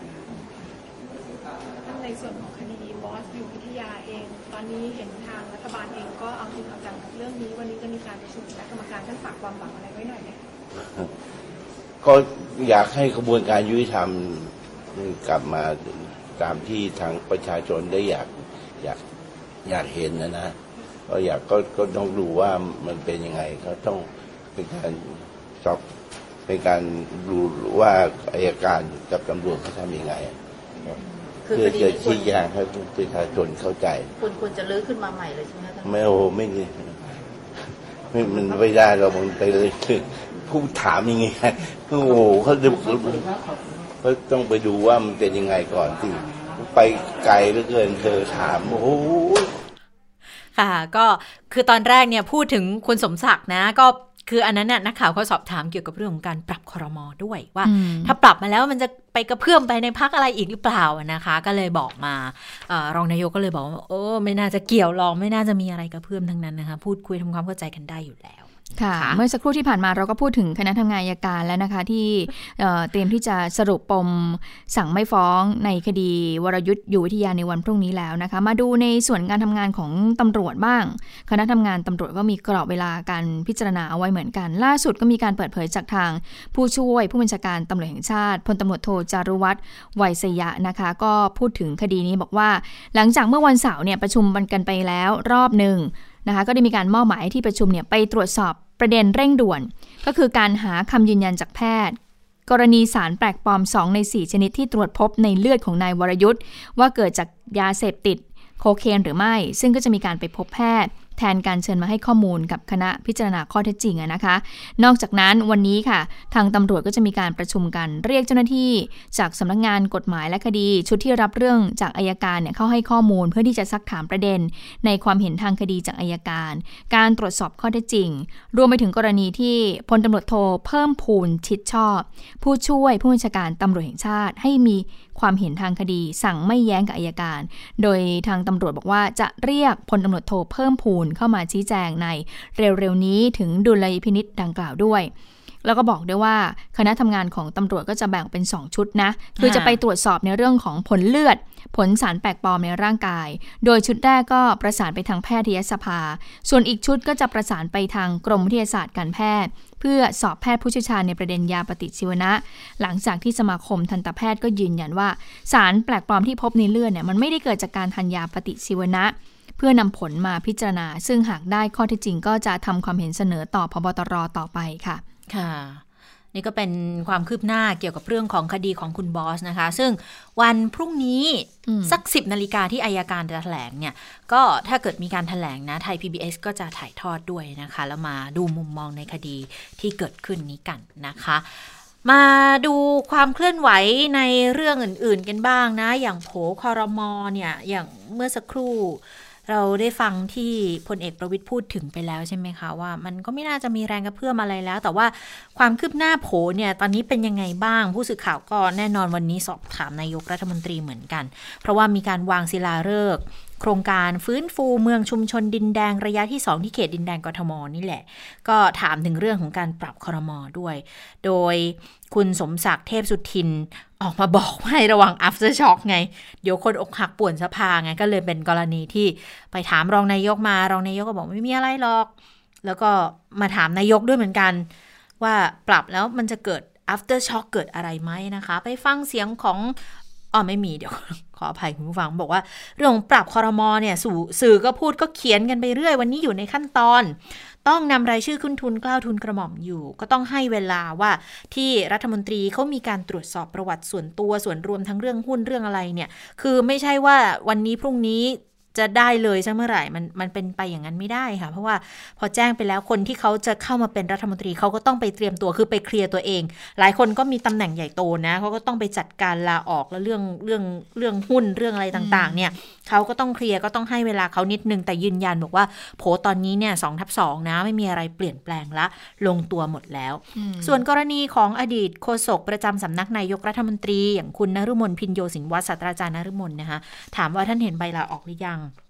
ในส่วนของคดีบอสอยู่วิทยาเองตอนนี้เห็นทางรัฐบาลเองก็เอาจริงเอาจังกับเรื่องนี้วันนี้จะมีการประชุมคณะกรรมการท่านฝากความหวังอะไรไว้หน่อยไหมก็อยากให้กระบวนการยุติธรรมกลับมาตามที่ทางประชาชนได้อยากอยากอยากเห็นนะนะก็อยากก็ก็ต้องดูว่ามันเป็นยังไงก็ต้องเป็นการสอบเป็นการดูว่าอัยการกับตำรวจเขาทำยังไงเพื่อจะชี้แจงให้ประชาชนเข้าใจคุณควรจะลื้อขึ้นมาใหม่เลยใช่ไหมครับไม่โอ้ไม่นี่ไม่มันไม่ได้เรามันไปเลยคือผู้ถามยังไงโอ้โหเขาดูเขาต้องไปดูว่ามันเป็นยังไงก่อนที่ไปไกลเหลือเกินเธอถามโอ้โหค่ะก็คือตอนแรกเนี่ยพูดถึงคุณสมศักดิ์นะก็คืออันนั้นน่ะนักข่าวเขาสอบถามเกี่ยวกับเรื่องของการปรับครม.ด้วยว่าถ้าปรับมาแล้วมันจะไปกระเพื่อมไปในพรรคอะไรอีกหรือเปล่านะคะก็เลยบอกมาเอ่อรองนายกก็เลยบอกว่าโอ้ไม่น่าจะเกี่ยวหรอกไม่น่าจะมีอะไรกระเพื่อมทั้งนั้นนะคะพูดคุยทำความเข้าใจกันได้อยู่แล้วค่ะเมื่อสักครู่ที่ผ่านมาเราก็พูดถึงคณะทำงานอัยการแล้วนะคะที่เตรียมที่จะสรุปปมสั่งไม่ฟ้องในคดีวรยุทธ์อยู่วิทยาในวันพรุ่งนี้แล้วนะคะมาดูในส่วนการทำงานของตำรวจบ้างคณะทำงานตำรวจก็มีกรอบเวลาการพิจารณาเอาไว้เหมือนกันล่าสุดก็มีการเปิดเผยจากทางผู้ช่วยผู้บัญชาการตำรวจแห่งชาติพลตำรวจโทจารุวัฒน์ไวยสยะนะคะก็พูดถึงคดีนี้บอกว่าหลังจากเมื่อวันเสาร์เนี่ยประชุมกันไปแล้วรอบหนึ่งนะคะก็ได้มีการมอบหมายให้ที่ประชุมเนี่ยไปตรวจสอบประเด็นเร่งด่วนก็คือการหาคำยืนยันจากแพทย์กรณีสารแปลกปลอมสองในสี่ชนิดที่ตรวจพบในเลือดของนายวรยุทธ์ว่าเกิดจากยาเสพติดโคเคนหรือไม่ซึ่งก็จะมีการไปพบแพทย์แทนการเชิญมาให้ข้อมูลกับคณะพิจารณาข้อเท็จจริงนะคะนอกจากนั้นวันนี้ค่ะทางตำรวจก็จะมีการประชุมกันเรียกเจ้าหน้าที่จากสำนักงานกฎหมายและคดีชุดที่รับเรื่องจากอัยการเนี่ยเข้าให้ข้อมูลเพื่อที่จะซักถามประเด็นในความเห็นทางคดีจากอัยการการตรวจสอบข้อเท็จจริงรวมไปถึงกรณีที่พลตำรวจโทเพิ่มพูนชิดชอบผู้ช่วยผู้บัญชาการตำรวจแห่งชาติให้มีความเห็นทางคดีสั่งไม่แย้งกับอัยการโดยทางตำรวจบอกว่าจะเรียกพลตำรวจโทเพิ่มพูนเข้ามาชี้แจงในเร็วๆนี้ถึงดุลยพินิจดังกล่าวด้วยแล้วก็บอกด้วยว่าคณะทำงานของตำรวจก็จะแบ่งเป็นสองชุดนะคือจะไปตรวจสอบในเรื่องของผลเลือดผลสารแปลกปลอมในร่างกายโดยชุดแรกก็ประสานไปทางแพทยสภาส่วนอีกชุดก็จะประสานไปทางกรมวิทยาศาสตร์การแพทย์เพื่อสอบแพทย์ผู้เชี่ยวชาญในประเด็นยาปฏิชีวนะหลังจากที่สมาคมทันตแพทย์ก็ยืนยันว่าสารแปลกปลอมที่พบในเลือดเนี่ยมันไม่ได้เกิดจากการทานยาปฏิชีวนะเพื่อนำผลมาพิจารณาซึ่งหากได้ข้อเท็จจริงก็จะทำความเห็นเสนอต่อพบตรต่อไปค่ะค่ะนี่ก็เป็นความคืบหน้าเกี่ยวกับเรื่องของคดีของคุณบอสนะคะซึ่งวันพรุ่งนี้สักสิบนาฬิกาที่อัยการจะแถลงเนี่ยก็ถ้าเกิดมีการแถลงนะไทย พี บี เอส ก็จะถ่ายทอดด้วยนะคะแล้วมาดูมุมมองในคดีที่เกิดขึ้นนี้กันนะคะมาดูความเคลื่อนไหวในเรื่องอื่นๆกันบ้างนะอย่างโผครม.เนี่ยอย่างเมื่อสักครู่เราได้ฟังที่พลเอกประวิตรพูดถึงไปแล้วใช่ไหมคะว่ามันก็ไม่น่าจะมีแรงกระเพื่อมอะไรแล้วแต่ว่าความคืบหน้าโผเนี่ยตอนนี้เป็นยังไงบ้างผู้สื่อข่าวก็แน่นอนวันนี้สอบถามนายกรัฐมนตรีเหมือนกันเพราะว่ามีการวางศิลาฤกษ์โครงการฟื้นฟูเมืองชุมชนดินแดงระยะที่สองที่เขตดินแดงกทมนี่แหละก็ถามถึงเรื่องของการปรับครม.ด้วยโดยคุณสมศักดิ์เทพสุทินออกมาบอกว่าให้ระวัง after shock ไงเดี๋ยวคนอกหักป่วนสภาไงก็เลยเป็นกรณีที่ไปถามรองนายกมารองนายกก็บอกไม่มีอะไรหรอกแล้วก็มาถามนายกด้วยเหมือนกันว่าปรับแล้วมันจะเกิด after shock เกิดอะไรไหมนะคะไปฟังเสียงของอ๋อไม่มีเดี๋ยวขออภัยคุณผู้ฟังบอกว่าเรื่องปรับครม.เนี่ยสื่อก็พูดก็เขียนกันไปเรื่อยวันนี้อยู่ในขั้นตอนต้องนำรายชื่อขึ้นทุนเกล้าทุนกระหม่อมอยู่ก็ต้องให้เวลาว่าที่รัฐมนตรีเขามีการตรวจสอบประวัติส่วนตัวส่วนรวมทั้งเรื่องหุ้นเรื่องอะไรเนี่ยคือไม่ใช่ว่าวันนี้พรุ่งนี้จะได้เลยสักเมื่อไหร่มันมันเป็นไปอย่างนั้นไม่ได้ค่ะเพราะว่าพอแจ้งไปแล้วคนที่เขาจะเข้ามาเป็นรัฐมนตรีเขาก็ต้องไปเตรียมตัวคือไปเคลียร์ตัวเองหลายคนก็มีตำแหน่งใหญ่โตนะเขาก็ต้องไปจัดการลาออกแล้วเรื่องเรื่องเรื่องหุ้นเรื่องอะไรต่างๆเนี่ยเขาก็ต้องเคลียร์ก็ต้องให้เวลาเขานิดนึงแต่ยืนยันบอกว่าโผตอนนี้เนี่ยสองทับสองนะไม่มีอะไรเปลี่ยนแปลงละลงตัวหมดแล้วส่วนกรณีของอดีตโฆษกประจำสำนักนายกรัฐมนตรีอย่างคุณนฤมลพินโยสินวัฒน์ศาสตราจารย์นฤมลนะคะถามว่าท่านเห็นใบลาออกหรือยัง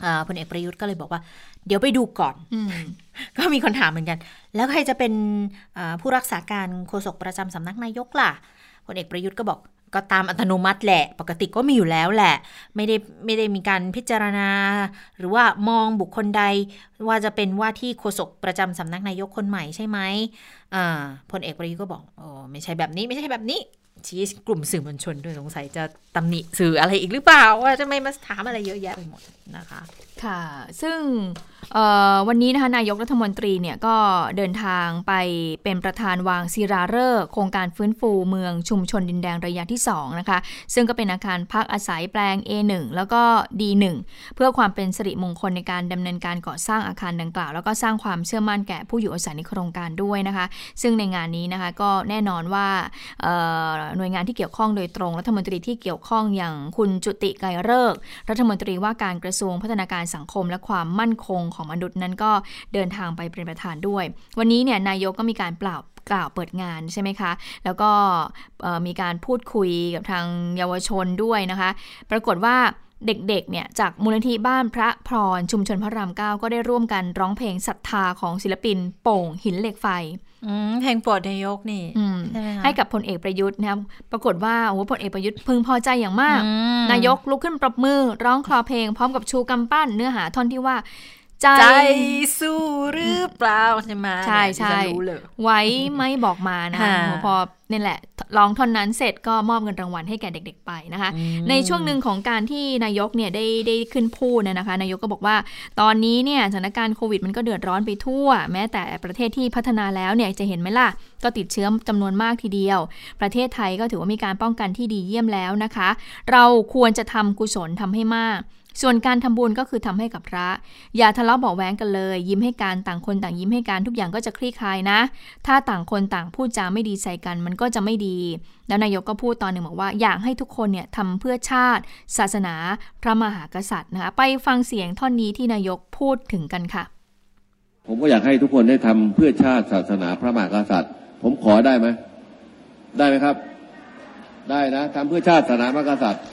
พลเอกประยุทธ์ก็เลยบอกว่าเดี๋ยวไปดูก่อนก็มีคนถามเหมือนกันแล้วใครจะเป็นผู้รักษาการโฆษกประจำสำนักนายกล่ะพลเอกประยุทธ์ก็บอกก็ตามอัตโนมัติแหละปกติก็มีอยู่แล้วแหละไม่ได้ไม่ได้มีการพิจารณาหรือว่ามองบุคคลใดว่าจะเป็นว่าที่โฆษกประจำสำนักนายกคนใหม่ใช่ไหมอ่าพลเอกประยุทธ์ก็บอกอ๋อไม่ใช่แบบนี้ไม่ใช่แบบนี้ชี้กลุ่มสื่อมวลชนด้วยสงสัยจะตำหนิสื่ออะไรอีกหรือเปล่าว่าจะไม่มาถามอะไรเยอะแยะไปหมดนะคะค่ะซึ่งวันนี้นะคะนายกรัฐมนตรีเนี่ยก็เดินทางไปเป็นประธานวางศิลาฤกษ์โครงการฟื้นฟูเมืองชุมชนดินแดงระยะที่สองนะคะซึ่งก็เป็นอาคารพักอาศัยแปลง เอ หนึ่ง แล้วก็ ดี หนึ่ง เพื่อความเป็นสิริมงคลในการดำเนินการก่อสร้างอาคารดังกล่าวแล้วก็สร้างความเชื่อมั่นแก่ผู้อยู่อาศัยในโครงการด้วยนะคะซึ่งในงานนี้นะคะก็แน่นอนว่าหน่วยงานที่เกี่ยวข้องโดยตรงรัฐมนตรีที่เกี่ยวข้องอย่างคุณจุติไกรฤกษ์รัฐมนตรีว่าการกระทรวงพัฒนาการสังคมและความมั่นคงของมนุษย์นั้นก็เดินทางไปเป็นประธานด้วยวันนี้เนี่ยนายกก็มีการเปล่ากล่าวเปิดงานใช่ไหมคะแล้วก็มีการพูดคุยกับทางเยาวชนด้วยนะคะปรากฏว่าเด็กๆเนี่ยจากมูลนิธิบ้านพระพรชุมชนพระรามเก้าก็ได้ร่วมกันร้องเพลงศรัทธาของศิลปินโป่งหินเหล็กไฟเพลงโปรดนายกนี่ใช่ไหมคะให้กับพลเอกประยุทธ์นะครับปรากฏว่าโอ้โหพลเอกประยุทธ์พึงพอใจอย่างมากนายกลุกขึ้นปรบมือร้องคลอเพลงพร้อมกับชูกำปั้นเนื้อหาท่อนที่ว่าใจสู้หรือเปล่าใช่ไหมใช่ใช่ไว้ไม่บอกมานะคะพอนี่แหละร้องท่อนนั้นเสร็จก็มอบเงินรางวัลให้แก่เด็กๆไปนะคะในช่วงหนึ่งของการที่นายกเนี่ยได้ได้ขึ้นพูดนะคะนายกก็บอกว่าตอนนี้เนี่ยสถานการณ์โควิดมันก็เดือดร้อนไปทั่วแม้แต่ประเทศที่พัฒนาแล้วเนี่ยจะเห็นไหมล่ะก็ติดเชื้อจำนวนมากทีเดียวประเทศไทยก็ถือว่ามีการป้องกันที่ดีเยี่ยมแล้วนะคะเราควรจะทำกุศลทำให้มากส่วนการทำบุญก็คือทำให้กับพระอย่าทะเลาะเบาะแว้งกันเลยยิ้มให้กันต่างคนต่างยิ้มให้กันทุกอย่างก็จะคลี่คลายนะถ้าต่างคนต่างพูดจาไม่ดีใส่กันมันก็จะไม่ดีแล้วนายกก็พูดตอนหนึ่งบอกว่าอยากให้ทุกคนเนี่ยทำเพื่อชาติศาสนาพระมหากษัตริย์นะคะไปฟังเสียงท่อนนี้ที่นายกพูดถึงกันค่ะผมก็อยากให้ทุกคนได้ทำเพื่อชาติศาสนาพระมหากษัตริย์ผมขอได้ไหมได้ไหมครับได้นะทำเพื่อชาติศาสนาพระมหากษัตริย์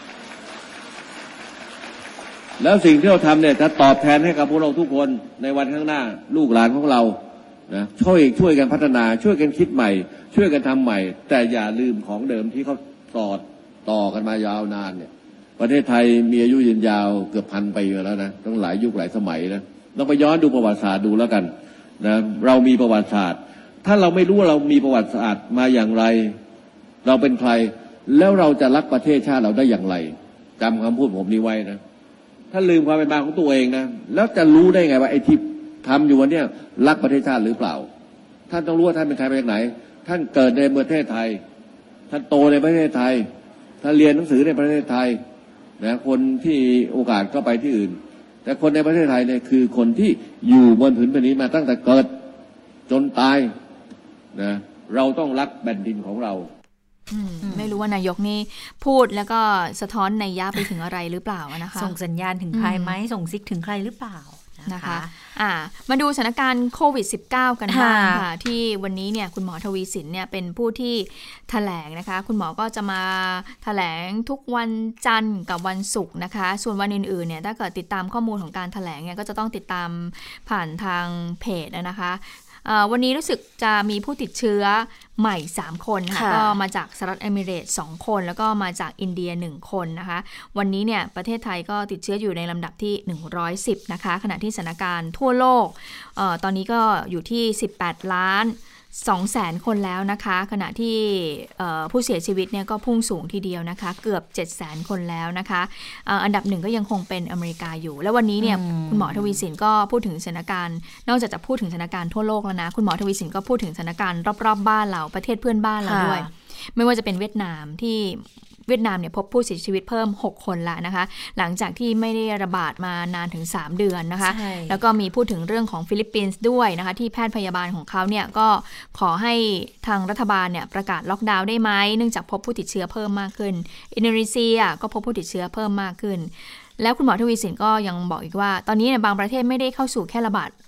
แล้วสิ่งที่เราทำเนี่ยจะตอบแทนให้กับพวกเราทุกคนในวันข้างหน้าลูกหลานของเรานะช่วยช่วยกันพัฒนาช่วยกันคิดใหม่ช่วยกันทำใหม่แต่อย่าลืมของเดิมที่เขาต่อต่อกันมายาวนานเนี่ยประเทศไทยมีอายุยืนยาวเกือบพันปีแล้วนะตั้งหลายยุคหลายสมัยนะเราไปย้อนดูประวัติศาสตร์ดูแล้วกันนะเรามีประวัติศาสตร์ถ้าเราไม่รู้ว่าเรามีประวัติศาสตร์มาอย่างไรเราเป็นใครแล้วเราจะรักประเทศชาติเราได้อย่างไรจำคำพูดผมนี้ไว้นะถ้าลืมความเป็นมาของตัวเองนะแล้วจะรู้ได้ไงว่าไอ้ที่ทำอยู่วันนี้รักประเทศชาติหรือเปล่าท่านต้องรู้ว่าท่านเป็นใครมาจากไหนท่านเกิดในประเทศไทยท่านโตในประเทศไทยท่านเรียนหนังสือในประเทศไทยนะคนที่โอกาสก็ไปที่อื่นแต่คนในประเทศไทยเนี่ยคือคนที่อยู่บนผืนแผ่นดินมาตั้งแต่เกิดจนตายนะเราต้องรักแผ่นดินของเราไม่รู้ว่านายกนี่พูดแล้วก็สะท้อนนัยยะไปถึงอะไรหรือเปล่านะคะส่งสัญญาณถึงใครไหมส่งซิกถึงใครหรือเปล่านะคะอ่ามาดูสถานการณ์โควิด สิบเก้า กันบ้างค่ะที่วันนี้เนี่ยคุณหมอทวีสินเนี่ยเป็นผู้ที่แถลงนะคะคุณหมอก็จะมาแถลงทุกวันจันทร์กับวันศุกร์นะคะส่วนวันอื่นๆเนี่ยถ้าเกิดติดตามข้อมูลของการแถลงเนี่ยก็จะต้องติดตามผ่านทางเพจนะคะวันนี้รู้สึกจะมีผู้ติดเชื้อใหม่สามคนค่ะก็มาจากสหรัฐอเมริกาสองคนแล้วก็มาจากอินเดียหนึ่งคนนะคะวันนี้เนี่ยประเทศไทยก็ติดเชื้ออยู่ในลำดับที่หนึ่งร้อยสิบนะคะขณะที่สถานการณ์ทั่วโลกเอ่อตอนนี้ก็อยู่ที่สิบแปดล้านสองแสนคนแล้วนะคะขณะที่ผู้เสียชีวิตเนี่ยก็พุ่งสูงทีเดียวนะคะเกือบเจ็ดแสนคนแล้วนะคะอันดับหนึ่งก็ยังคงเป็นอเมริกาอยู่แล้ววันนี้เนี่ยคุณหมอทวีสินก็พูดถึงสถานการณ์นอกจากจะพูดถึงสถานการณ์ทั่วโลกแล้วนะคุณหมอทวีสินก็พูดถึงสถานการณ์รอบๆบ้านเราประเทศเพื่อนบ้านเราด้วยไม่ว่าจะเป็นเวียดนามที่เวียดนามเนี่ยพบผู้เสียชีวิตเพิ่มหกคนละนะคะหลังจากที่ไม่ได้ระบาดมานานถึงสามเดือนนะคะแล้วก็มีพูดถึงเรื่องของฟิลิปปินส์ด้วยนะคะที่แพทย์พยาบาลของเขาเนี่ยก็ขอให้ทางรัฐบาลเนี่ยประกาศล็อกดาวน์ได้ไหมเนื่องจากพบผู้ติดเชื้อเพิ่มมากขึ้นอินโดนีเซียก็พบผู้ติดเชื้อเพิ่มมากขึ้นแล้วคุณหมอทวีสินก็ยังบอกอีกว่าตอนนี้ในบางประเทศไม่ได้เข้าสู่แค่ระบาด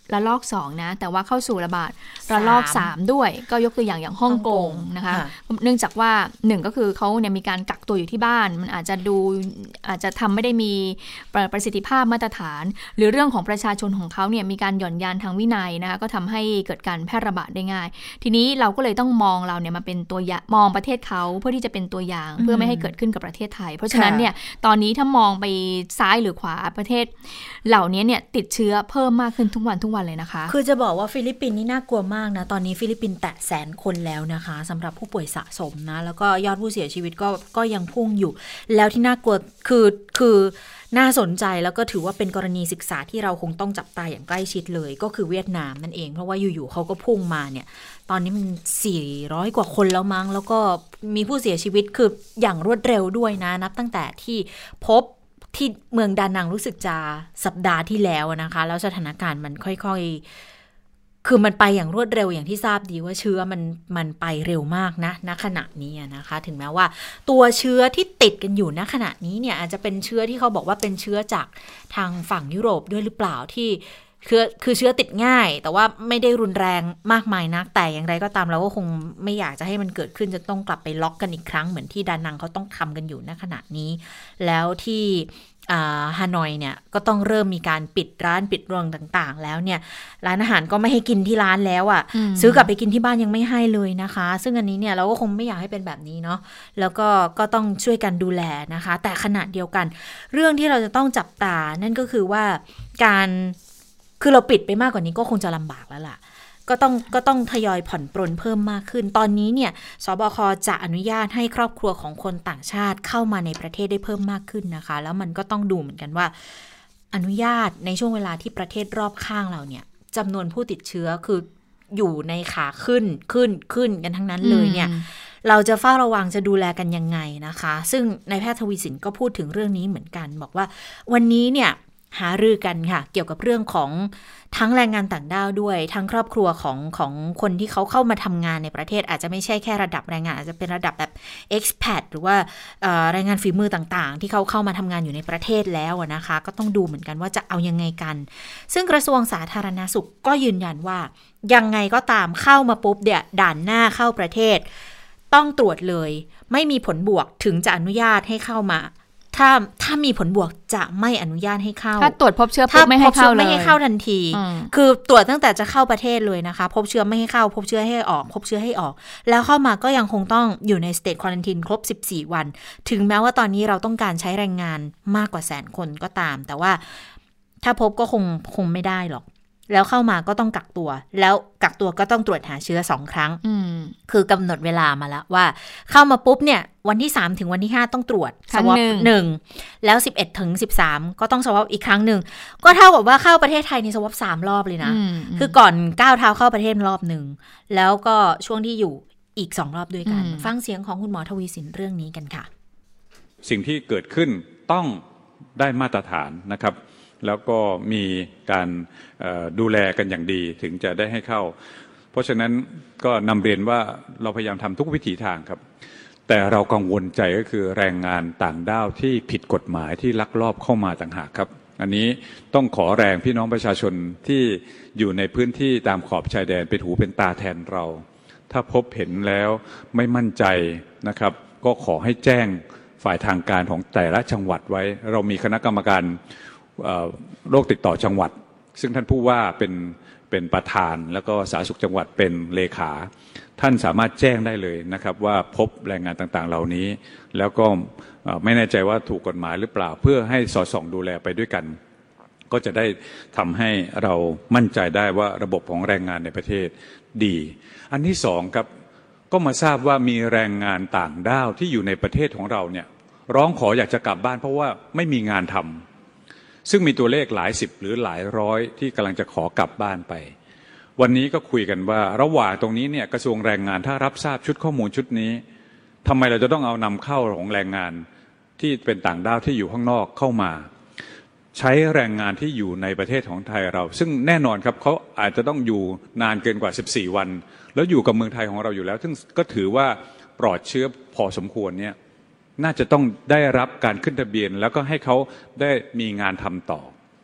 ระลอกสองนะแต่ว่าเข้าสู่ระบาดระลอกสามด้วยก็ยกตัวอย่างอย่างฮ่องกงนะคะเนื่องจากว่าหนึ่งก็คือเขาเนี่ยมีการกักตัวอยู่ที่บ้านมันอาจจะดูอาจจะทำไม่ได้มีประสิทธิภาพมาตรฐานหรือเรื่องของประชาชนของเขาเนี่ยมีการหย่อนยานทางวินัยนะคะก็ทำให้เกิดการแพร่ระบาดได้ง่ายทีนี้เราก็เลยต้องมองเราเนี่ยมาเป็นตัวอย่างมองประเทศเขาเพื่อที่จะเป็นตัวอย่างเพื่อไม่ให้เกิดขึ้นกับประเทศไทยเพราะฉะนั้นเนี่ยตอนนี้ถ้ามองไปซ้ายหรือขวาประเทศเหล่านี้เนี่ยติดเชื้อเพิ่มมากขึ้นทุกวันทุกวันเลยนะคะคือจะบอกว่าฟิลิปปินส์นี่น่ากลัวมากนะตอนนี้ฟิลิปปินส์แตะแสนคนแล้วนะคะสำหรับผู้ป่วยสะสมนะแล้วก็ยอดผู้เสียชีวิตก็ก็ยังพุ่งอยู่แล้วที่น่ากลัวคือคือน่าสนใจแล้วก็ถือว่าเป็นกรณีศึกษาที่เราคงต้องจับตาอย่างใกล้ชิดเลยก็คือเวียดนามนั่นเองเพราะว่าอยู่ๆเขาก็พุ่งมาเนี่ยตอนนี้มันสี่ร้อยกว่าคนแล้วมั้งแล้วก็มีผู้เสียชีวิตคืออย่างรวดเร็วด้วยนะนับตั้งแต่ที่พบที่เมืองดานังรู้สึกจะสัปดาห์ที่แล้วนะคะแล้วสถานการณ์มันค่อยๆคือมันไปอย่างรวดเร็วอย่างที่ทราบดีว่าเชื้อมันมันไปเร็วมากนะณขณะนี้นะคะถึงแม้ว่าตัวเชื้อที่ติดกันอยู่ณขณะนี้เนี่ยอาจจะเป็นเชื้อที่เขาบอกว่าเป็นเชื้อจากทางฝั่งยุโรปด้วยหรือเปล่าที่คือคือเชื้อติดง่ายแต่ว่าไม่ได้รุนแรงมากมายนักแต่อย่างไรก็ตามเราก็คงไม่อยากจะให้มันเกิดขึ้นจะต้องกลับไปล็อกกันอีกครั้งเหมือนที่ดานังเขาต้องทำกันอยู่ณขณะนี้แล้วที่ฮานอยเนี่ยก็ต้องเริ่มมีการปิดร้านปิดโรงต่างๆแล้วเนี่ยร้านอาหารก็ไม่ให้กินที่ร้านแล้วอ่ะซื้อกลับไปกินที่บ้านยังไม่ให้เลยนะคะซึ่งอันนี้เนี่ยเราก็คงไม่อยากให้เป็นแบบนี้เนาะแล้วก็ก็ต้องช่วยกันดูแลนะคะแต่ขณะเดียวกันเรื่องที่เราจะต้องจับตานั่นก็คือว่าการคือเราปิดไปมากกว่านี้ก็คงจะลำบากแล้วล่ะก็ต้องก็ต้องทยอยผ่อนปรนเพิ่มมากขึ้นตอนนี้เนี่ยสบคจะอนุญาตให้ครอบครัวของคนต่างชาติเข้ามาในประเทศได้เพิ่มมากขึ้นนะคะแล้วมันก็ต้องดูเหมือนกันว่าอนุญาตในช่วงเวลาที่ประเทศรอบข้างเราเนี่ยจำนวนผู้ติดเชื้อคืออยู่ในขาขึ้นขึ้นขึ้นกันทั้งนั้นเลยเนี่ยเราจะเฝ้าระวังจะดูแลกันยังไงนะคะซึ่งนายแพทย์ทวีสินก็พูดถึงเรื่องนี้เหมือนกันบอกว่าวันนี้เนี่ยหารือกันค่ะเกี่ยวกับเรื่องของทั้งแรงงานต่างด้าวด้วยทั้งครอบครัวของของคนที่เขาเข้ามาทำงานในประเทศอาจจะไม่ใช่แค่ระดับแรงงานอาจจะเป็นระดับแบบ expat หรือว่าแรงงานฝีมือต่างๆที่เขาเข้ามาทำงานอยู่ในประเทศแล้วนะคะก็ต้องดูเหมือนกันว่าจะเอายังไงกันซึ่งกระทรวงสาธารณสุขก็ยืนยันว่ายังไงก็ตามเข้ามาปุ๊บเดี๋ยวด่านหน้าเข้าประเทศต้องตรวจเลยไม่มีผลบวกถึงจะอนุญาตให้เข้ามาถ้าถ้ามีผลบวกจะไม่อนุญาตให้เข้าถ้าตรวจพบเชื้อปุ๊บไม่ให้เข้าเลยไม่ให้เข้าทันทีคือตรวจตั้งแต่จะเข้าประเทศเลยนะคะพบเชื้อไม่ให้เข้าพบเชื้อให้ออกพบเชื้อให้ออกแล้วเข้ามาก็ยังคงต้องอยู่ใน state quarantine ครบสิบสี่วันถึงแม้ว่าตอนนี้เราต้องการใช้แรงงานมากกว่าแสนคนก็ตามแต่ว่าถ้าพบก็คงคงไม่ได้หรอกแล้วเข้ามาก็ต้องกักตัวแล้วกักตัวก็ต้องตรวจหาเชื้อสองครั้งคือกำหนดเวลามาแล้วว่าเข้ามาปุ๊บเนี่ยวันที่สามถึงวันที่ห้าต้องตรวจสวอปหนึ่งแล้วสิบเอ็ดถึงสิบสามก็ต้องสวอปอีกครั้งหนึ่งก็เท่ากับว่าเข้าประเทศไทยนี่สวอปสามรอบเลยนะคือก่อนก้าวเท้าเข้าประเทศรอบหนึ่งแล้วก็ช่วงที่อยู่อีกสองรอบด้วยกันฟังเสียงของคุณหมอทวีสินเรื่องนี้กันค่ะสิ่งที่เกิดขึ้นต้องได้มาตรฐานนะครับแล้วก็มีการดูแลกันอย่างดีถึงจะได้ให้เข้าเพราะฉะนั้นก็นำเรียนว่าเราพยายามทำทุกวิถีทางครับแต่เรากังวลใจก็คือแรงงานต่างด้าวที่ผิดกฎหมายที่ลักลอบเข้ามาต่างหากครับอันนี้ต้องขอแรงพี่น้องประชาชนที่อยู่ในพื้นที่ตามขอบชายแดนเป็นหูเป็นตาแทนเราถ้าพบเห็นแล้วไม่มั่นใจนะครับก็ขอให้แจ้งฝ่ายทางการของแต่ละจังหวัดไว้เรามีคณะกรรมการโรคติดต่อจังหวัดซึ่งท่านผู้ว่าเป็นเป็นประธานแล้วก็สาธารณสุขจังหวัดเป็นเลขาท่านสามารถแจ้งได้เลยนะครับว่าพบแรงงานต่างๆเหล่านี้แล้วก็ไม่แน่ใจว่าถูกกฎหมายหรือเปล่าเพื่อให้สอดส่องดูแลไปด้วยกันก็จะได้ทำให้เรามั่นใจได้ว่าระบบของแรงงานในประเทศดีอันที่สองครับก็มาทราบว่ามีแรงงานต่างด้าวที่อยู่ในประเทศของเราเนี่ยร้องขออยากจะกลับบ้านเพราะว่าไม่มีงานทำซึ่งมีตัวเลขหลายสิบหรือหลายร้อยที่กำลังจะขอกลับบ้านไปวันนี้ก็คุยกันว่าระหว่างตรงนี้เนี่ยกระทรวงแรงงานถ้ารับทราบชุดข้อมูลชุดนี้ทำไมเราจะต้องเอานำเข้าของแรงงานที่เป็นต่างด้าวที่อยู่ข้างนอกเข้ามาใช้แรงงานที่อยู่ในประเทศของไทยเราซึ่งแน่นอนครับเขาอาจจะต้องอยู่นานเกินกว่าสิบสี่วันแล้วอยู่กับเมืองไทยของเราอยู่แล้วซึ่งก็ถือว่าปลอดเชื้อพอสมควรเนี่ยน่าจะต้องได้รับการขึ้นทะเบียนแล้วก็ให้เขาได้มีงานทำต่อ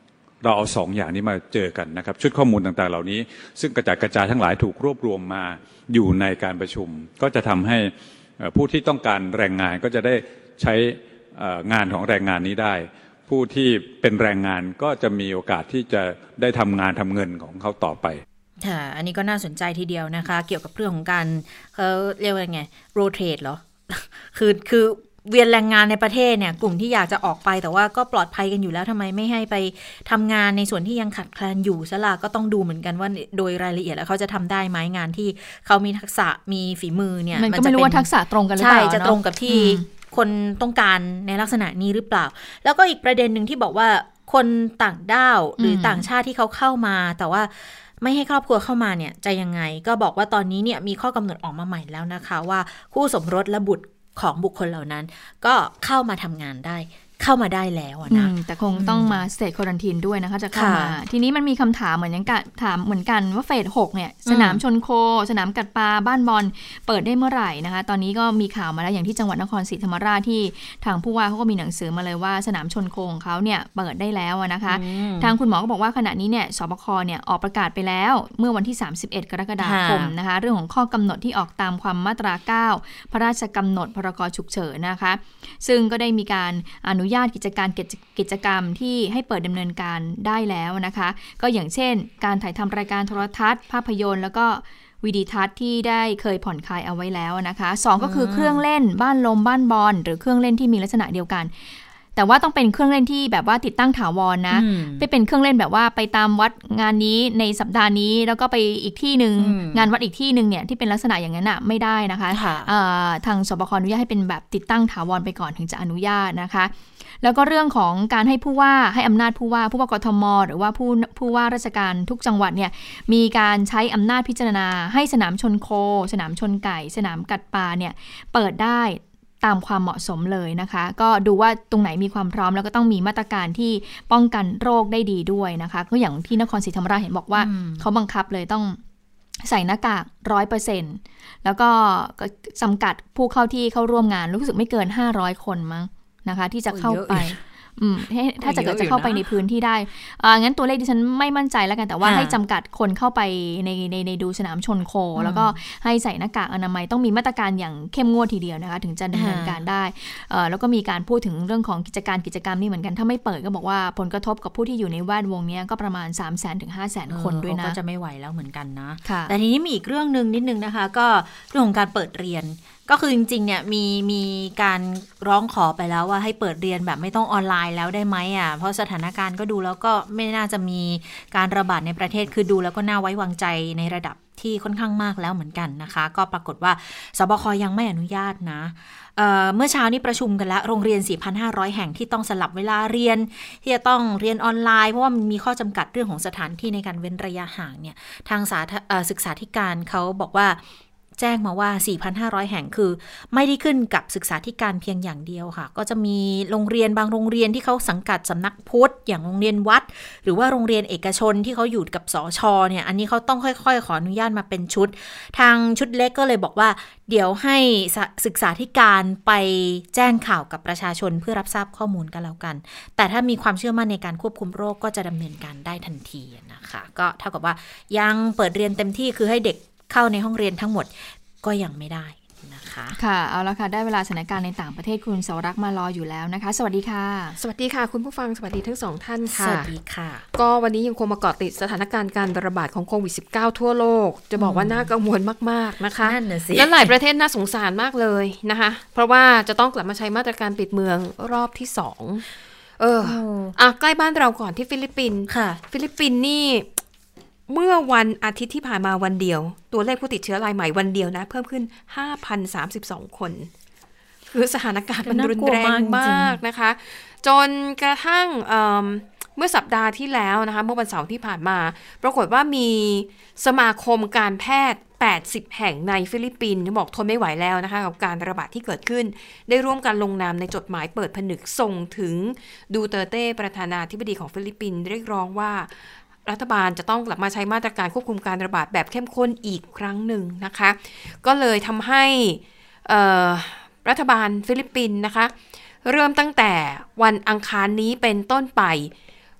เราเอาสองอย่างนี้มาเจอกันนะครับชุดข้อมูลต่างๆเหล่านี้ซึ่งกระจัดกระจายทั้งหลายถูกรวบรวมมาอยู่ในการประชุมก็จะทำให้ผู้ที่ต้องการแรงงานก็จะได้ใช้งานของแรงงานนี้ได้ผู้ที่เป็นแรงงานก็จะมีโอกาสที่จะได้ทำงานทำเงินของเขาต่อไปค่ะอันนี้ก็น่าสนใจทีเดียวนะคะเกี่ยวกับเรื่องของการเขาเรียกว่าไง rotate เหรอ คือคือเวียนแรงงานในประเทศเนี่ยกลุ่มที่อยากจะออกไปแต่ว่าก็ปลอดภัยกันอยู่แล้วทำไมไม่ให้ไปทำงานในส่วนที่ยังขาดแคลนอยู่ซะล่ะก็ต้องดูเหมือนกันว่าโดยรายละเอียดแล้วเขาจะทำได้ไหมงานที่เขามีทักษะมีฝีมือเนี่ยมันก็ไม่รู้ว่าทักษะตรงกันหรือเปล่าใช่จะตรงกับที่คนต้องการในลักษณะนี้หรือเปล่าแล้วก็อีกประเด็นหนึ่งที่บอกว่าคนต่างด้าวหรือต่างชาติที่เขาเข้ามาแต่ว่าไม่ให้ครอบครัวเข้ามาเนี่ยจะยังไงก็บอกว่าตอนนี้เนี่ยมีข้อกำหนดออกมาใหม่แล้วนะคะว่าคู่สมรสและบุตรของบุคคลเหล่านั้นก็เข้ามาทำงานได้เข้ามาได้แล้วนะแต่คงต้องมาสเตทควอรันทีนด้วยนะคะจะเข้ามาทีนี้มันมีคำถามเหมือนกันถามเหมือนกันว่าเฟสหกเนี่ยสนามชนโคสนามกัดปลาบ้านบอลเปิดได้เมื่อไหร่นะคะตอนนี้ก็มีข่าวมาแล้วอย่างที่จังหวัดนครศรีธรรมราชที่ทางผู้ว่าเขาก็มีหนังสือมาเลยว่าสนามชนโคของเขาเนี่ยเปิดได้แล้วนะคะทางคุณหมอก็บอกว่าขณะนี้เนี่ยสบคเนี่ยออกประกาศไปแล้วเมื่อวันที่สามสิบเอ็ดกรกฎาคมนะคะเรื่องของข้อกำหนดที่ออกตามความมาตราเก้าพระราชกำหนดพรกฉุกเฉินนะคะซึ่งก็ได้มีการอนุญาตกิจการกิจกรรมที่ให้เปิดดำเนินการได้แล้วนะคะก็อย่างเช่นการถ่ายทำรายการโทรทัศน์ภาพยนตร์แล้วก็วิดีทัศน์ที่ได้เคยผ่อนคลายเอาไว้แล้วนะคะสองก็คือเครื่องเล่นบ้านลมบ้านบอลหรือเครื่องเล่นที่มีลักษณะเดียวกันแต่ว่าต้องเป็นเครื่องเล่นที่แบบว่าติดตั้งถาวรนะไม่เป็นเครื่องเล่นแบบว่าไปตามวัดงานนี้ในสัปดาห์นี้แล้วก็ไปอีกที่นึงงานวัดอีกที่นึงเนี่ยที่เป็นลักษณะอย่างนั้นอ่ะไม่ได้นะคะทางสบคอนุญาตให้เป็นแบบติดตั้งถาวรไปก่อนถึงจะอนุญาตนะคะแล้วก็เรื่องของการให้ผู้ว่าให้อำนาจผู้ว่าผู้ว่ากทมหรือว่าผู้ผู้ว่าราชการทุกจังหวัดเนี่ยมีการใช้อำนาจพิจารณาให้สนามชนโคสนามชนไก่สนามกัดปลาเนี่ยเปิดได้ตามความเหมาะสมเลยนะคะก็ดูว่าตรงไหนมีความพร้อมแล้วก็ต้องมีมาตรการที่ป้องกันโรคได้ดีด้วยนะคะก็อย่างที่นครศรีธรรมราชเห็นบอกว่าเขาบังคับเลยต้องใส่หน้ากาก ร้อยเปอร์เซ็นต์ แล้วก็จำกัดผู้เข้าที่เข้าร่วมงานรู้สึกไม่เกินห้าร้อยคนมั้งนะคะที่จะเข้าไปถ้าจะเกิดจะเข้าไปในพื้นที่ได้งั้นตัวเลขดิฉันไม่มั่นใจแล้วกันแต่ว่าให้จำกัดคนเข้าไปในในในดูสนามชนโคแล้วก็ให้ใส่หน้ากากอนามัยต้องมีมาตรการอย่างเข้มงวดทีเดียวนะคะถึงจะดำเนินการได้แล้วก็มีการพูดถึงเรื่องของกิจการกิจกรรมนี่เหมือนกันถ้าไม่เปิดก็บอกว่าผลกระทบกับผู้ที่อยู่ในแวดวงนี้ก็ประมาณ สามแสน ถึง ห้าแสน คนด้วยนะก็จะไม่ไหวแล้วเหมือนกันนะแต่ทีนี้มีอีกเรื่องนึงนิดนึงนะคะก็เรื่องของการเปิดเรียนก็คือจริงๆเนี่ยมีมีการร้องขอไปแล้วว่าให้เปิดเรียนแบบไม่ต้องออนไลน์แล้วได้ไหมอ่ะเพราะสถานการณ์ก็ดูแล้วก็ไม่น่าจะมีการระบาดในประเทศคือดูแล้วก็น่าไว้วางใจในระดับที่ค่อนข้างมากแล้วเหมือนกันนะคะก็ปรากฏว่าสบคยังไม่อนุญาตนะ เอ่อ เมื่อเช้านี้ประชุมกันแล้วโรงเรียน สี่พันห้าร้อย แห่งที่ต้องสลับเวลาเรียนที่จะต้องเรียนออนไลน์เพราะว่ามันมีข้อจำกัดเรื่องของสถานที่ในการเว้นระยะห่างเนี่ยทางสาศึกษาธิการเขาบอกว่าแจ้งมาว่า สี่พันห้าร้อย แห่งคือไม่ได้ขึ้นกับศึกษาธิการเพียงอย่างเดียวค่ะก็จะมีโรงเรียนบางโรงเรียนที่เขาสังกัดสำนักพุทธอย่างโรงเรียนวัดหรือว่าโรงเรียนเอกชนที่เขาอยู่กับสชเนี่ยอันนี้เขาต้องค่อยๆขออนุญาตมาเป็นชุดทางชุดเล็กก็เลยบอกว่าเดี๋ยวให้ศึกษาธิการไปแจ้งข่าวกับประชาชนเพื่อรับทราบข้อมูลกันแล้วกันแต่ถ้ามีความเชื่อมั่นในการควบคุมโรคก็จะดำเนินการได้ทันทีนะคะก็เท่ากับว่ายังเปิดเรียนเต็มที่คือให้เด็กเข้าในห้องเรียนทั้งหมดก็ยังไม่ได้นะคะค่ะเอาละค่ะได้เวลาสถานการณ์ในต่างประเทศคุณสวรักษ์มารออยู่แล้วนะคะสวัสดีค่ะสวัสดีค่ะคุณผู้ฟังสวัสดีทั้งสองท่านค่ะสวัสดีค่ะก็วันนี้ยังคงมาเกาะติดสถานการณ์การระบาดของโควิด สิบเก้า ทั่วโลกจะบอกว่าน่ากังวลมากๆนะคะนั่นน่ะสิและหลายประเทศน่าสงสารมากเลยนะคะเพราะว่าจะต้องกลับมาใช้มาตรการปิดเมืองรอบที่สองเอออ่ะใกล้บ้านเราก่อนที่ฟิลิปปินส์ค่ะฟิลิปปินส์นี่เมื่อวันอาทิตย์ที่ผ่านมาวันเดียวตัวเลขผู้ติดเชื้อรายใหม่วันเดียวนะเพิ่มขึ้น ห้าพันสามสิบสอง คนคือสถานการณ์มันรุนแรงมากนะคะจนกระทั่ง เ, เมื่อสัปดาห์ที่แล้วนะคะเมื่อวันเสาร์ที่ผ่านมาปรากฏว่ามีสมาคมการแพทย์แปดสิบแห่งในฟิลิปปินส์บอกทนไม่ไหวแล้วนะคะกับการระบาดที่เกิดขึ้นได้ร่วมกันลงนามในจดหมายเปิดผนึกส่งถึงดูเตอร์เต้ประธานาธิบดีของฟิลิปปินส์เรียกร้องว่ารัฐบาลจะต้องกลับมาใช้มาตรการควบคุมการระบาดแบบเข้มข้นอีกครั้งหนึ่งนะคะก็เลยทำให้รัฐบาลฟิลิปปินส์นะคะเริ่มตั้งแต่วันอังคารนี้เป็นต้นไป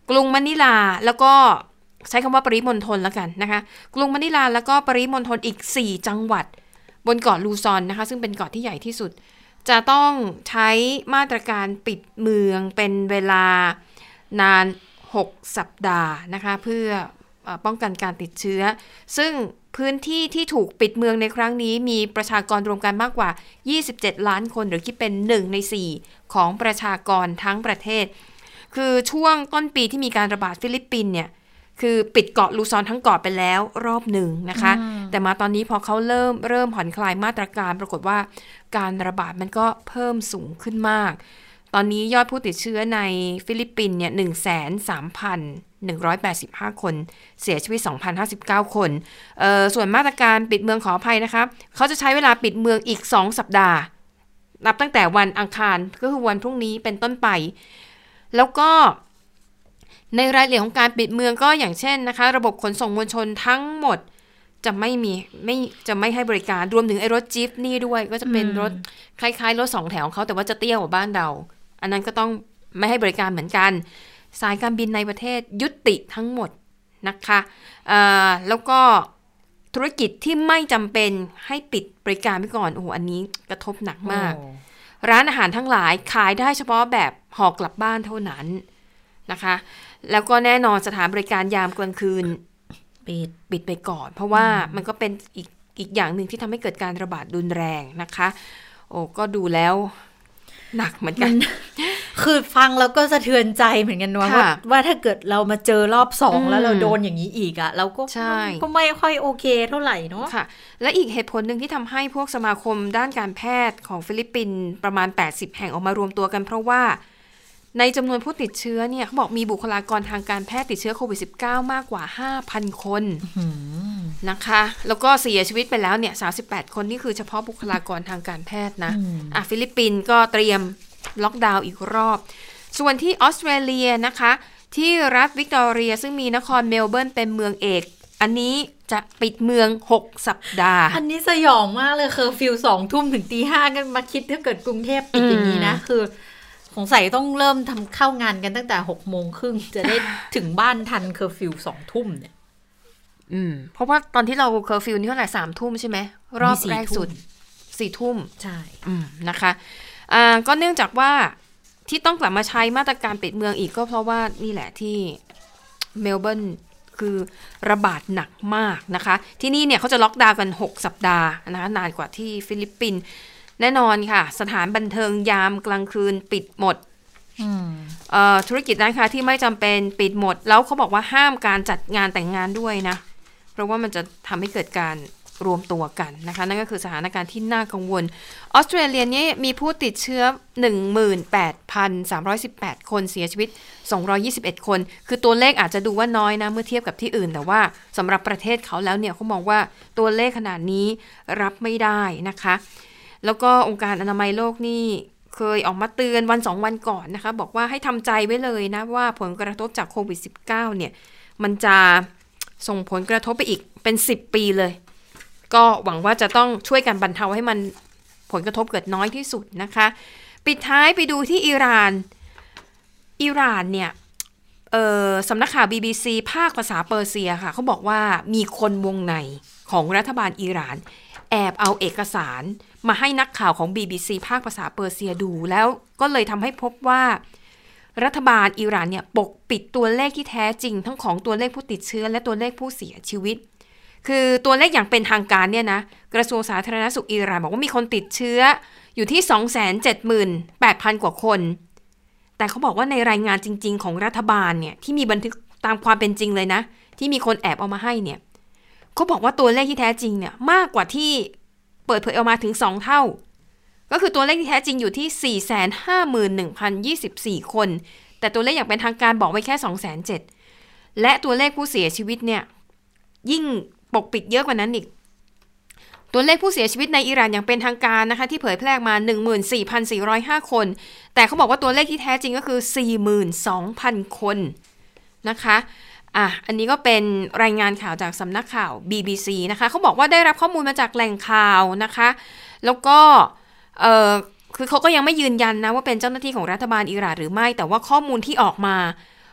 กรุงมะนิลาแล้วก็ใช้คำว่าปริมณฑลแล้วกันนะคะกรุงมะนิลาแล้วก็ปริมณฑลอีกสี่จังหวัดบนเกาะลูซอนนะคะซึ่งเป็นเกาะที่ใหญ่ที่สุดจะต้องใช้มาตรการปิดเมืองเป็นเวลานานหกสัปดาห์นะคะเพื่อป้องกันการติดเชื้อซึ่งพื้นที่ที่ถูกปิดเมืองในครั้งนี้มีประชากรรวมกันมากกว่ายี่สิบเจ็ดล้านคนหรือคิดเป็นหนึ่งในสี่ของประชากรทั้งประเทศคือช่วงต้นปีที่มีการระบาดฟิลิปปินส์เนี่ยคือปิดเกาะลูซอนทั้งเกาะไปแล้วรอบหนึ่งนะคะแต่มาตอนนี้พอเขาเริ่มเริ่มผ่อนคลายมาตรการปรากฏว่าการระบาดมันก็เพิ่มสูงขึ้นมากตอนนี้ยอดผู้ติดเชื้อในฟิลิปปินส์เนี่ย หนึ่งแสนสามพันหนึ่งร้อยแปดสิบห้า คนเสียชีวิต สองพันห้าสิบเก้า คนเอ่อส่วนมาตรการปิดเมืองขออภัยนะคะเขาจะใช้เวลาปิดเมืองอีกสองสัปดาห์นับตั้งแต่วันอังคารก็คือวันพรุ่งนี้เป็นต้นไปแล้วก็ในรายละเอียดของการปิดเมืองก็อย่างเช่นนะคะระบบขนส่งมวลชนทั้งหมดจะไม่มีไม่จะไม่ให้บริการรวมถึงไอ้รถจี๊ปนี่ด้วยก็จะเป็นรถคล้ายๆรถสองแถวของเขาแต่ว่าจะเตี้ยกว่าบ้านเราอันนั้นก็ต้องไม่ให้บริการเหมือนกันสายการบินในประเทศยุติทั้งหมดนะคะแล้วก็ธุรกิจที่ไม่จำเป็นให้ปิดบริการไปก่อนโอ้โหอันนี้กระทบหนักมากร้านอาหารทั้งหลายขายได้เฉพาะแบบห่อกลับบ้านเท่านั้นนะคะแล้วก็แน่นอนสถานบริการยามกลางคืนปิดปิดไปก่อนเพราะว่ามันก็เป็นอีกอีกอย่างหนึ่งที่ทำให้เกิดการระบาดรุนแรงนะคะโอ้ก็ดูแล้วหนักเหมือนกันคือฟังแล้วก็สะเทือนใจเหมือนกันว่าว่าถ้าเกิดเรามาเจอรอบสองแล้วเราโดนอย่างนี้อีกอะเราก็ก็ไม่ค่อยโอเคเท่าไหร่เนาะค่ะและอีกเหตุผลหนึ่งที่ทำให้พวกสมาคมด้านการแพทย์ของฟิลิปปินส์ประมาณแปดสิบแห่งออกมารวมตัวกันเพราะว่าในจำนวนผู้ติดเชื้อเนี่ยเขาบอกมีบุคลากรทางการแพทย์ติดเชื้อโควิด สิบเก้า มากกว่า ห้าพัน คนนะคะแล้วก็เสียชีวิตไปแล้วเนี่ยสามสิบแปดคนนี่คือเฉพาะบุคลากรทางการแพทย์นะอ่ะฟิลิปปินส์ก็เตรียมล็อกดาวน์อีกรอบส่วนที่ออสเตรเลียนะคะที่รัฐวิกตอเรียซึ่งมีนครเมลเบิร์นเป็นเมืองเอกอันนี้จะปิดเมืองหกสัปดาห์อันนี้สยองมากเลยเคอร์ฟิวสองทุ่มถึงตีห้ากันมาคิดถ้าเกิดกรุงเทพปิดอย่างนี้นะคือสงสัยต้องเริ่มทำเข้างานกันตั้งแต่หกโมงครึ่งจะได้ถึงบ้านทันเคอร์ฟิวสองทุ่มเนี่ยอืมเพราะว่าตอนที่เราเคอร์ฟิวนี่เท่าไหร่สามทุ่มใช่ไหมรอบแรกสุดสี่ทุ่มใช่อืมนะคะอ่าก็เนื่องจากว่าที่ต้องกลับมาใช้มาตรการปิดเมืองอีกก็เพราะว่านี่แหละที่เมลเบิร์นคือระบาดหนักมากนะคะที่นี่เนี่ยเขาจะล็อกดาวน์กันหกสัปดาห์นะคะนานกว่าที่ฟิลิปปินส์แน่นอนค่ะสถานบันเทิงยามกลางคืนปิดหมดธุรกิจร้านค้าที่ไม่จำเป็นปิดหมดแล้วเขาบอกว่าห้ามการจัดงานแต่งงานด้วยนะเพราะว่ามันจะทำให้เกิดการรวมตัวกันนะคะนั่นก็คือสถานการณ์ที่น่ากังวลออสเตรเลียนี้มีผู้ติดเชื้อ หนึ่งหมื่นแปดพันสามร้อยสิบแปด คนเสียชีวิตสองร้อยยี่สิบเอ็ดคนคือตัวเลขอาจจะดูว่าน้อยนะเมื่อเทียบกับที่อื่นแต่ว่าสำหรับประเทศเขาแล้วเนี่ยเขามองว่าตัวเลขขนาดนี้รับไม่ได้นะคะแล้วก็องค์การอนามัยโลกนี่เคยออกมาเตือนวันสองวันก่อนนะคะบอกว่าให้ทำใจไว้เลยนะว่าผลกระทบจากโควิด สิบเก้า เนี่ยมันจะส่งผลกระทบไปอีกเป็นสิบปีเลยก็หวังว่าจะต้องช่วยกันบรรเทาให้มันผลกระทบเกิดน้อยที่สุดนะคะปิดท้ายไปดูที่อิหร่านอิหร่านเนี่ยสำนักข่าว บี บี ซี ภาคภาษาเปอร์เซียค่ะเขาบอกว่ามีคนวงในของรัฐบาลอิหร่านแอบเอาเอกสารมาให้นักข่าวของ บี บี ซี ภาคภาษาเปอร์เซียดูแล้วก็เลยทำให้พบว่ารัฐบาลอิหร่านเนี่ยปกปิดตัวเลขที่แท้จริงทั้งของตัวเลขผู้ติดเชื้อและตัวเลขผู้เสียชีวิตคือตัวเลขอย่างเป็นทางการเนี่ยนะกระทรวงสาธารณสุขอิหร่านบอกว่ามีคนติดเชื้ออยู่ที่ สองแสนเจ็ดหมื่นแปดพัน กว่าคนแต่เขาบอกว่าในรายงานจริงๆของรัฐบาลเนี่ยที่มีบันทึกตามความเป็นจริงเลยนะที่มีคนแอบเอามาให้เนี่ยเขาบอกว่าตัวเลขที่แท้จริงเนี่ยมากกว่าที่เปิดเผยออกมาถึงสองเท่าก็คือตัวเลขที่แท้จริงอยู่ที่ สี่แสนห้าหมื่นหนึ่งพันยี่สิบสี่ คนแต่ตัวเลขอย่างเป็นทางการบอกไว้แค่ สองแสนเจ็ดหมื่น และตัวเลขผู้เสียชีวิตเนี่ยยิ่งปกปิดเยอะกว่านั้นอีกตัวเลขผู้เสียชีวิตในอิหร่านอย่างเป็นทางการนะคะที่เผยแพร่มา หนึ่งหมื่นสี่พันสี่ร้อยห้า คนแต่เขาบอกว่าตัวเลขที่แท้จริงก็คือ สี่หมื่นสองพัน คนนะคะอ่ะอันนี้ก็เป็นรายงานข่าวจากสำนักข่าว บี บี ซี นะคะเขาบอกว่าได้รับข้อมูลมาจากแหล่งข่าวนะคะแล้วก็เอ่อคือเขาก็ยังไม่ยืนยันนะว่าเป็นเจ้าหน้าที่ของรัฐบาลอิหร่านหรือไม่แต่ว่าข้อมูลที่ออกมา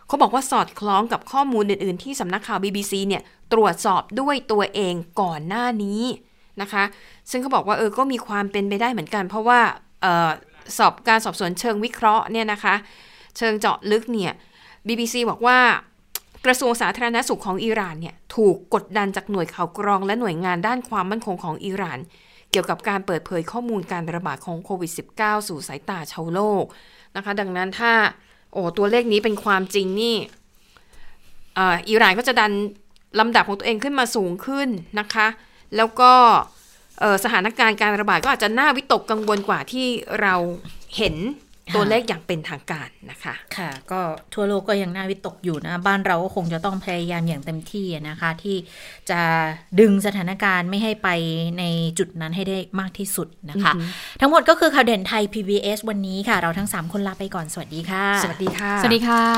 เขาบอกว่าสอดคล้องกับข้อมูลอื่นๆที่สำนักข่าว บี บี ซี เนี่ยตรวจสอบด้วยตัวเองก่อนหน้านี้นะคะซึ่งเขาบอกว่าเออก็มีความเป็นไปได้เหมือนกันเพราะว่าเอ่อสอบการสอบสวนเชิงวิเคราะห์เนี่ยนะคะเชิงเจาะลึกเนี่ย บี บี ซี บอกว่ากระทรวงสาธารณสุขของอิหร่านเนี่ยถูกกดดันจากหน่วยข่าวกรองและหน่วยงานด้านความมั่นคงของอิหร่านเกี่ยวกับการเปิดเผยข้อมูลการระบาดของโควิด สิบเก้า สู่สายตาชาวโลกนะคะดังนั้นถ้าโอ้ตัวเลขนี้เป็นความจริงนี่อ่าอิหร่านก็จะดันลำดับของตัวเองขึ้นมาสูงขึ้นนะคะแล้วก็สถานการณ์การระบาดก็อาจจะน่าวิตกกังวลกว่าที่เราเห็นตัวเลขอย่างเป็นทางการนะคะค่ะก็ทั่วโลกก็ยังน่าวิตกอยู่นะบ้านเราก็คงจะต้องพยายามอย่างเต็มที่นะคะที่จะดึงสถานการณ์ไม่ให้ไปในจุดนั้นให้ได้มากที่สุดนะคะทั้งหมดก็คือข่าวเด่นไทย พี บี เอส วันนี้ค่ะเราทั้งสามคนลาไปก่อนสวัสดีค่ะสวัสดีค่ะสวัสดีค่ะ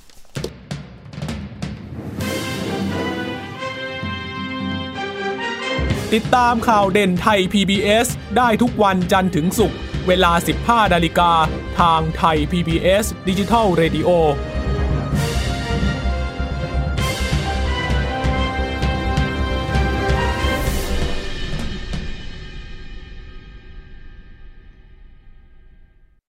ติดตามข่าวเด่นไทย พี บี เอส ได้ทุกวันจันทร์ถึงศุกร์เวลา สิบห้านาฬิกาทางไทย พี บี เอส Digital Radio